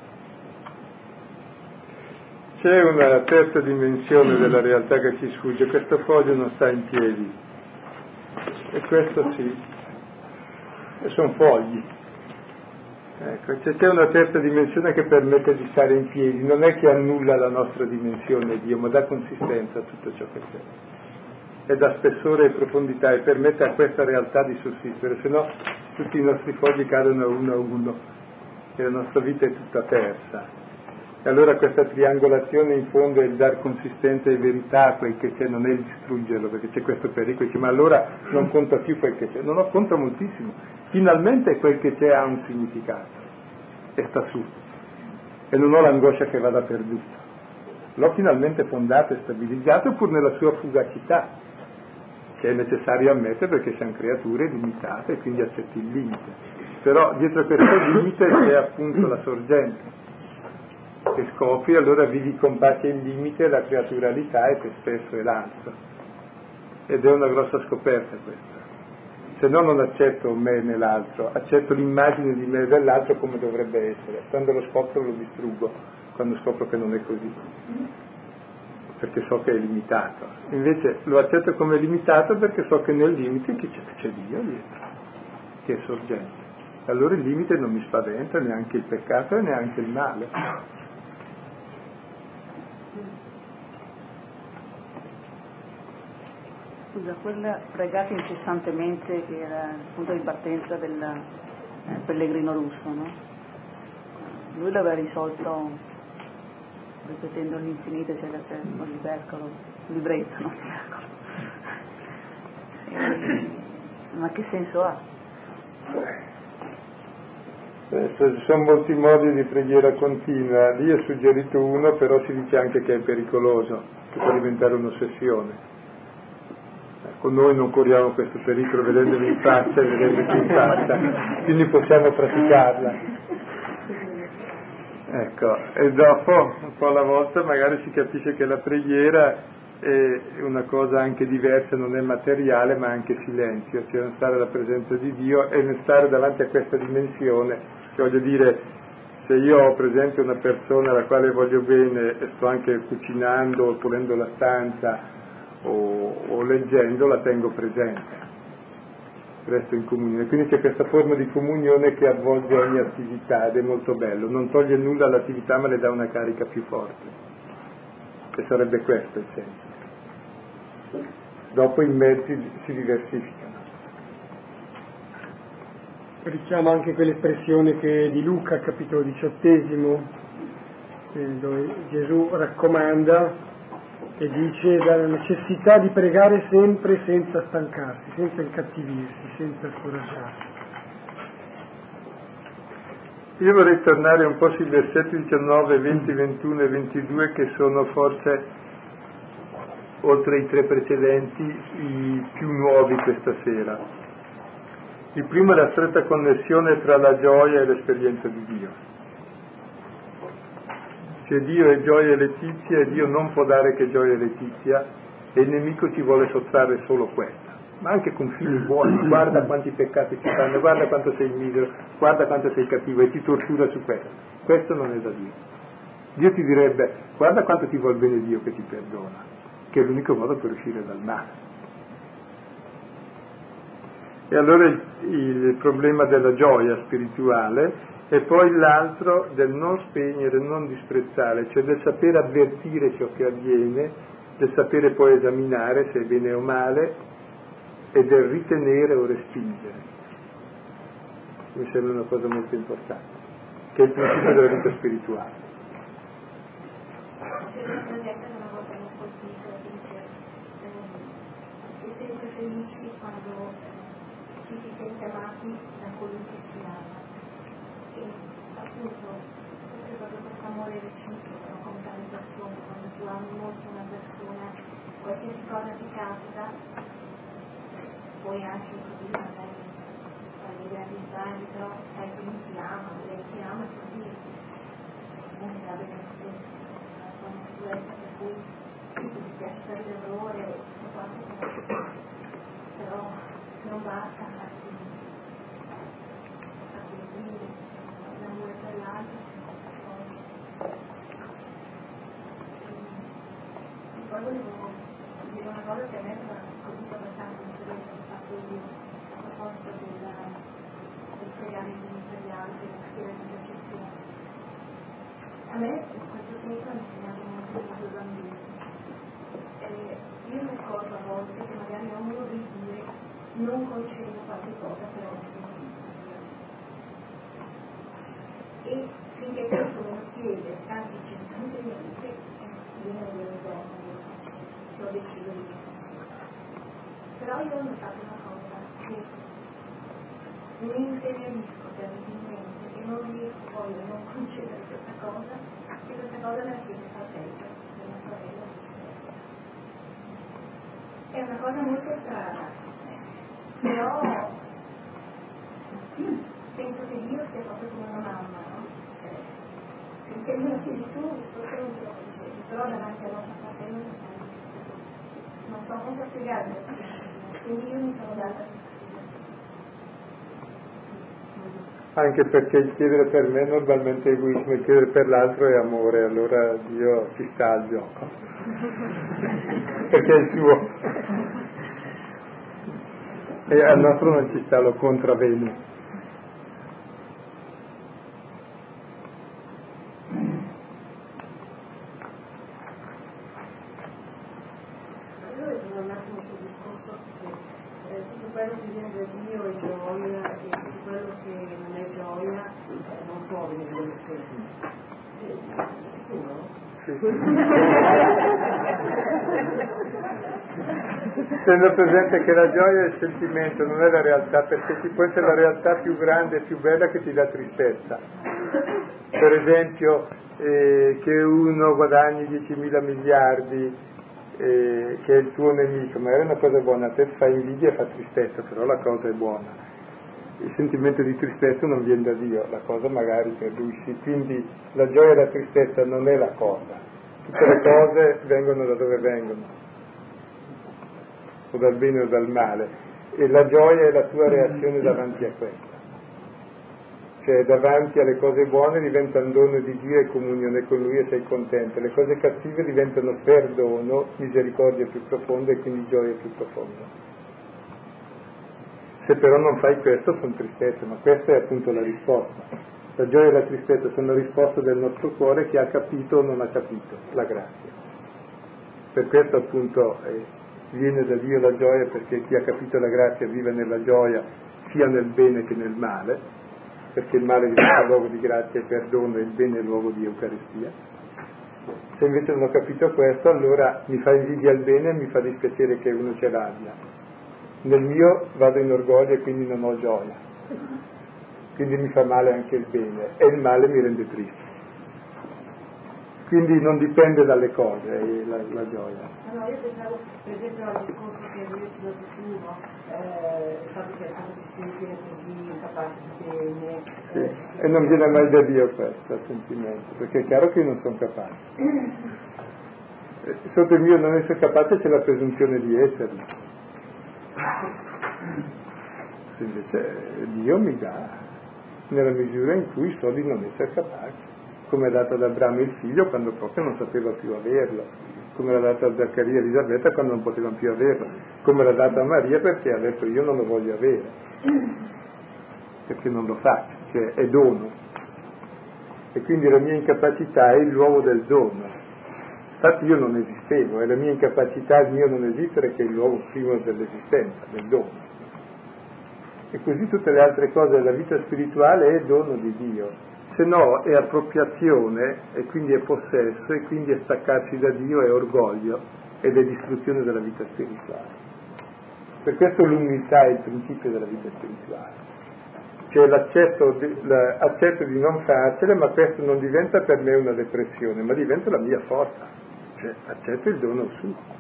B: C'è una terza dimensione della realtà che ci sfugge: questo foglio non sta in piedi, e questo sì, e sono fogli. Ecco, c'è una terza dimensione che permette di stare in piedi, non è che annulla la nostra dimensione Dio, ma dà consistenza a tutto ciò che c'è, e dà spessore e profondità, e permette a questa realtà di sussistere, se no tutti i nostri fogli cadono uno a uno e la nostra vita è tutta persa. E allora questa triangolazione in fondo è il dar consistenza e verità a quel che c'è, non è il distruggerlo, perché c'è questo pericolo, ma allora non conta più quel che c'è. No, conta moltissimo. Finalmente quel che c'è ha un significato e sta su, e non ho l'angoscia che vada perduto. L'ho finalmente fondato e stabilizzato, pur nella sua fugacità, che è necessario ammettere perché siamo creature limitate e quindi accetti il limite. Però dietro questo limite c'è appunto la sorgente, che scopri, allora vivi con pace il limite, la creaturalità e te stesso e l'altro. Ed è una grossa scoperta questa. Se no non accetto me nell'altro, accetto l'immagine di me e dell'altro come dovrebbe essere. Quando lo scopro lo distruggo, quando scopro che non è così, perché so che è limitato. Invece lo accetto come limitato perché so che nel limite c'è Dio dietro, che è sorgente. E allora il limite non mi spaventa, neanche il peccato e neanche il male.
E: Scusa, quel pregate incessantemente che era il punto di partenza del pellegrino russo, no? Lui l'aveva risolto ripetendo all'infinito, c'è un libretto, no? Ma che senso ha?
B: Ci sono molti modi di preghiera continua, lì è suggerito uno, però si dice anche che è pericoloso, che può diventare un'ossessione. Con noi non corriamo questo pericolo vedendovi in faccia e vedendoci in faccia, quindi possiamo praticarla. Ecco, e dopo, un po' alla volta, magari si capisce che la preghiera è una cosa anche diversa, non è materiale ma anche silenzio, cioè non stare alla presenza di Dio e non stare davanti a questa dimensione, cioè voglio dire, se io ho presente una persona alla quale voglio bene e sto anche cucinando o pulendo la stanza o leggendo, la tengo presente, resto in comunione. Quindi c'è questa forma di comunione che avvolge ogni attività ed è molto bello, non toglie nulla all'attività ma le dà una carica più forte, e sarebbe questo il senso. Dopo i mezzi si diversificano.
A: Richiama anche quell'espressione che di Luca, capitolo 18, dove Gesù raccomanda e dice la necessità di pregare sempre senza stancarsi, senza incattivirsi, senza scoraggiarsi.
B: Io vorrei tornare un po' sui versetti 19, 20, 21 e 22 che sono forse, oltre ai tre precedenti, i più nuovi questa sera. Il primo è la stretta connessione tra la gioia e l'esperienza di Dio. Cioè Dio è gioia e letizia e Dio non può dare che gioia e letizia e il nemico ci vuole sottrarre solo questa, ma anche con fini buoni. Guarda quanti peccati si fanno, guarda quanto sei misero, guarda quanto sei cattivo, e ti tortura su questo. Questo non è da Dio. Dio ti direbbe: guarda quanto ti vuol bene Dio che ti perdona, che è l'unico modo per uscire dal male. E allora il problema della gioia spirituale, e poi l'altro del non spegnere, non disprezzare, cioè del sapere avvertire ciò che avviene, del sapere poi esaminare se è bene o male, e del ritenere o respingere. Mi sembra una cosa molto importante, che è il principio della vita spirituale.
D: Una volta mi ha colpito, dice, si sente felici quando ci si sente amati da colui che si ama. E appunto questo è proprio questo amore reciproco, come tante persone, quando tu ami molto una persona, qualsiasi cosa ti capita, puoi anche così magari fare dei grandi sbagli, però sai che lui ti ama, lei ti ama, così non ti dà bene lo stesso, insomma, una sicurezza per cui ti dispiace per l'errore, però non basta farti dire, l'amore per l'altro, e poi volevo dire una cosa che a me ha colpito abbastanza l'esperienza che ho fatto io a proposito del pregare per gli altri, la schiera di intercessione. A me in questo senso ha insegnato molto i due bambini. Io mi accorgo a volte che magari non vorrei dire, non concedo qualche cosa, però non sentito. E finché questo me lo chiede, anche incessantemente, io non lo do, se ho deciso di dire. Però io ho notato una cosa, che mi interiorisco terribilmente e non riesco poi a non concedere questa cosa, che questa cosa me la chiede il fratello, della sorella. È una cosa molto strana, però penso che Dio sia proprio come una mamma, no? Finché me lo chiedi tu, forse non te lo concedi, però davanti al nostro fratello non so come spiegarlo, quindi io mi sono data.
B: Anche perché il chiedere per me normalmente è egoismo, il chiedere per l'altro è amore, allora Dio ci sta al gioco, perché è il suo, e al nostro non ci sta, lo contravene.
D: Tutto quello che viene da Dio è gioia e tutto quello che non è gioia non può venire da stesso. Sicuro?
B: Tenendo presente che la gioia è il sentimento, non è la realtà, perché ci può essere la realtà più grande e più bella che ti dà tristezza. Per esempio che uno guadagni 10.000 miliardi, che è il tuo nemico, magari è una cosa buona, a te fa invidia e fa tristezza, però la cosa è buona. Il sentimento di tristezza non viene da Dio, la cosa magari per lui sì, quindi la gioia e la tristezza non è la cosa, tutte le cose vengono da dove vengono, o dal bene o dal male, e la gioia è la tua reazione davanti a questa, cioè davanti alle cose buone diventano dono di Dio e comunione con Lui e sei contento, le cose cattive diventano perdono, misericordia più profonda e quindi gioia più profonda. Se però non fai questo sono tristezze, ma questa è appunto la risposta. La gioia e la tristezza sono la risposta del nostro cuore che ha capito o non ha capito la grazia. Per questo appunto viene da Dio la gioia, perché chi ha capito la grazia vive nella gioia sia nel bene che nel male, perché il male diventa luogo di grazia e perdono e il bene è luogo di Eucaristia. Se invece non ho capito questo, allora mi fa invidia il bene e mi fa dispiacere che uno ce l'abbia. Nel mio vado in orgoglio e quindi non ho gioia, quindi mi fa male anche il bene e il male mi rende triste. Quindi non dipende dalle cose la gioia.
D: No, io pensavo per esempio al discorso che avevi citato tu, no? Il fatto che quando ci si ritiene così incapaci di bene.
B: Sì. E non viene mai da Dio questo sentimento, perché è chiaro che io non sono capace. Sotto il mio non essere capace c'è la presunzione di esserlo. Se invece Dio mi dà nella misura in cui so di non essere capace, come ha dato ad Abramo il figlio quando proprio non sapeva più averlo, come l'ha dato a Zaccaria e Elisabetta quando non potevano più averlo, come l'ha dato a Maria perché ha detto io non lo voglio avere, perché non lo faccio, cioè è dono, e quindi la mia incapacità è il luogo del dono. Infatti io non esistevo, è la mia incapacità, il mio non esistere che è il luogo primo dell'esistenza, del dono. E così tutte le altre cose della vita spirituale è dono di Dio, se no è appropriazione e quindi è possesso e quindi è staccarsi da Dio, è orgoglio ed è distruzione della vita spirituale. Per questo l'umiltà è il principio della vita spirituale. cioè accetto di non farcela, ma questo non diventa per me una depressione, ma diventa la mia forza, cioè accetto il dono suo.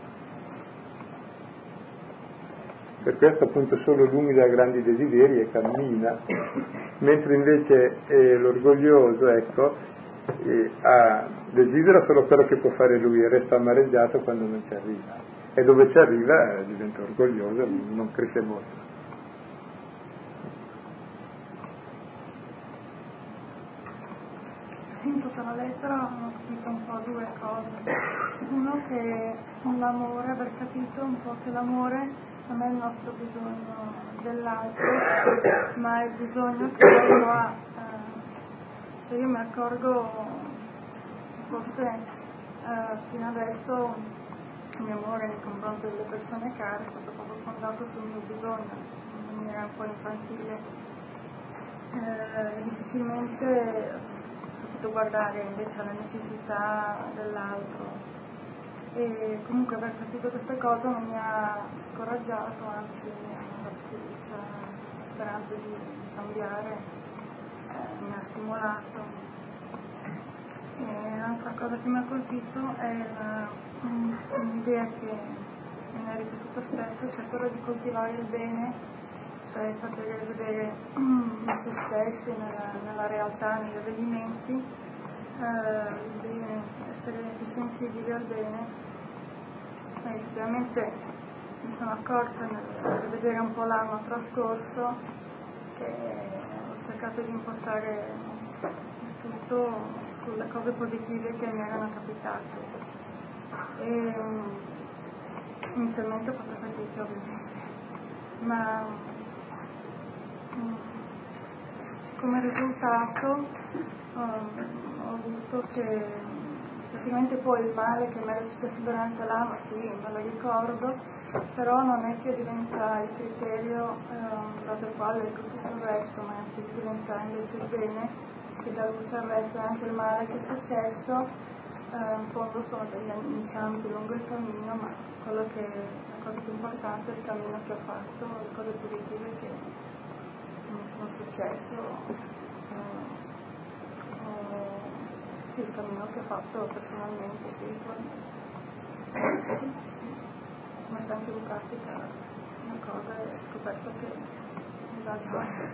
B: Per questo appunto solo l'umile ha grandi desideri e cammina, mentre invece l'orgoglioso, ecco, desidera solo quello che può fare lui e resta amareggiato quando non ci arriva. E dove ci arriva diventa orgoglioso, non cresce molto.
D: In tutta la lettera ho capito un po' due cose. Uno, che l'amore, aver capito un po' che l'amore non è il nostro bisogno dell'altro, ma è il bisogno che l'altro ha. Se io mi accorgo, forse fino adesso il mio amore nei confronti delle persone care è stato proprio fondato sul mio bisogno, in maniera un po' infantile. Difficilmente ho saputo guardare invece alla necessità dell'altro. E comunque aver capito queste cose non mi ha scoraggiato, anzi mi ha dato fiducia, speranza di cambiare, mi ha stimolato. E un'altra cosa che mi ha colpito è un'idea che mi ha ripetuto spesso, cioè quella di coltivare il bene, cioè sapere vedere in se stessi, nella realtà, negli avvenimenti, il bene, essere più sensibili al bene. Effettivamente mi sono accorta nel vedere un po' l'anno trascorso che ho cercato di impostare tutto sulle cose positive che mi erano capitate e inizialmente ho fatto fatica ovviamente, ma come risultato ho visto che praticamente poi il male che mi era successo durante l'anno, sì, me lo ricordo, però non è che diventa il criterio dato il quale ecco tutto il resto, ma anzi diventa invece il bene che dà luce al resto, e anche il male che è successo, in fondo sono degli inciampi lungo il cammino, ma quello che la cosa più importante è il cammino che ho fatto, le cose positive che mi sono successo. Sì, il cammino che ho fatto personalmente, spiritualmente. Ma se anche in pratica una cosa e ho scoperto che mi dà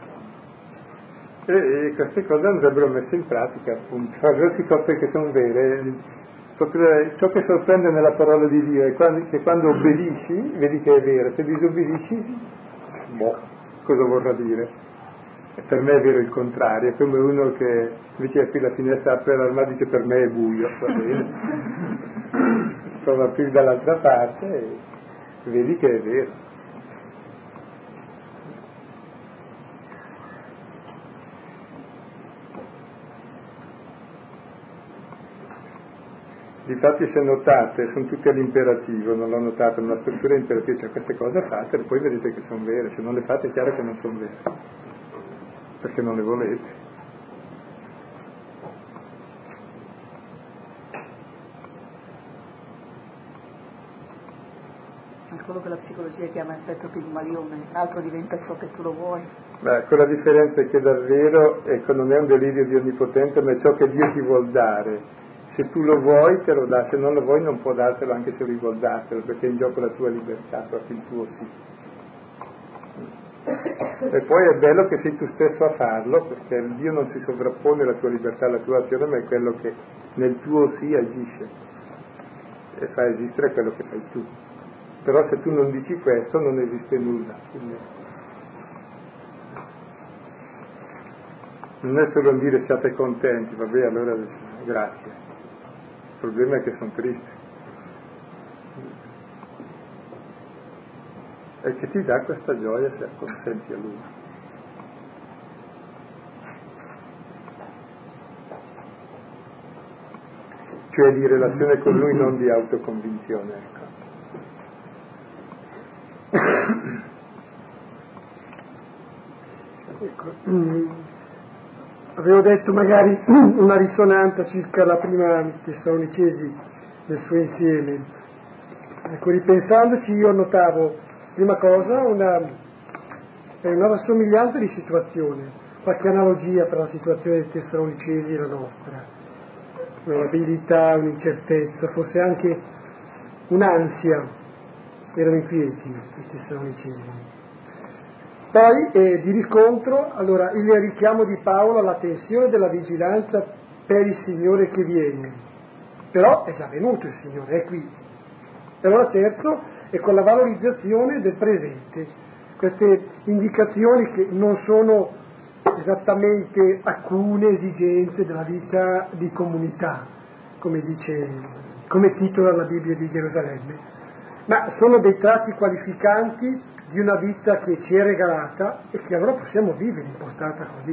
D: il
B: E queste cose andrebbero messe in pratica, appunto. Allora si scopre che sono vere. Ciò che sorprende nella parola di Dio è che quando obbedisci, vedi che è vero. Se disobbedisci, cosa vorrà dire? E per me è vero il contrario, è come uno che invece apre la finestra, apre l'armadio, dice per me è buio, va bene. Prova a aprire dall'altra parte e vedi che è vero. Difatti se notate, sono tutte all'imperativo, non l'ho notato, ma la struttura è imperativa, cioè queste cose fatele, poi vedete che sono vere, se non le fate è chiaro che non sono vere, perché non le volete.
E: È quello che la psicologia chiama effetto Pigmalione, l'altro diventa ciò che tu lo vuoi.
B: Quella differenza è che davvero, ecco, non è un delirio di onnipotente, ma è ciò che Dio ti vuol dare. Se tu lo vuoi te lo dà, se non lo vuoi non può dartelo anche se lui vuol dartelo, perché è in gioco la tua libertà, proprio il tuo sì. E poi è bello che sei tu stesso a farlo, perché Dio non si sovrappone alla tua libertà, alla tua azione, ma è quello che nel tuo sì agisce e fa esistere quello che fai tu. Però se tu non dici questo non esiste nulla. Quindi non è solo dire siate contenti, vabbè, allora grazie. Il problema è che sono triste. E che ti dà questa gioia se acconsenti a Lui. Cioè di relazione con Lui, non di autoconvinzione, ecco.
A: Avevo detto magari una risonanza circa la prima Tessalonicesi nel suo insieme. Ecco, ripensandoci io notavo, prima cosa, C'è una rassomiglianza di situazione, qualche analogia tra la situazione dei Tessalonicesi e la nostra, una labilità, un'incertezza, forse anche un'ansia, erano inquieti i Tessalonicesi. Poi di riscontro, allora, il richiamo di Paolo alla tensione della vigilanza per il Signore che viene, però è già venuto il Signore, è qui. E allora terzo, è con la valorizzazione del presente, queste indicazioni che non sono esattamente alcune esigenze della vita di comunità, come titola la Bibbia di Gerusalemme, ma sono dei tratti qualificanti di una vita che ci è regalata e che allora possiamo vivere impostata così.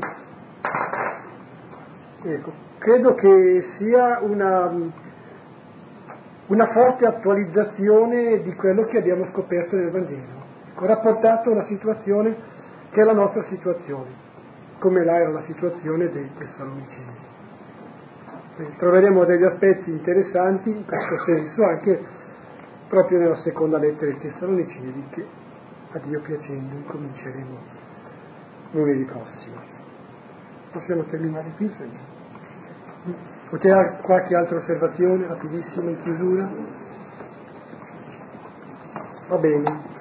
A: Ecco, credo che sia una forte attualizzazione di quello che abbiamo scoperto nel Vangelo, rapportato a una situazione che è la nostra situazione, come là era la situazione dei Tessalonicesi. Troveremo degli aspetti interessanti in questo senso anche proprio nella seconda lettera ai Tessalonicesi, che a Dio piacendo incominceremo lunedì prossimo. Possiamo terminare qui? O c'è qualche altra osservazione rapidissima in chiusura? Va bene.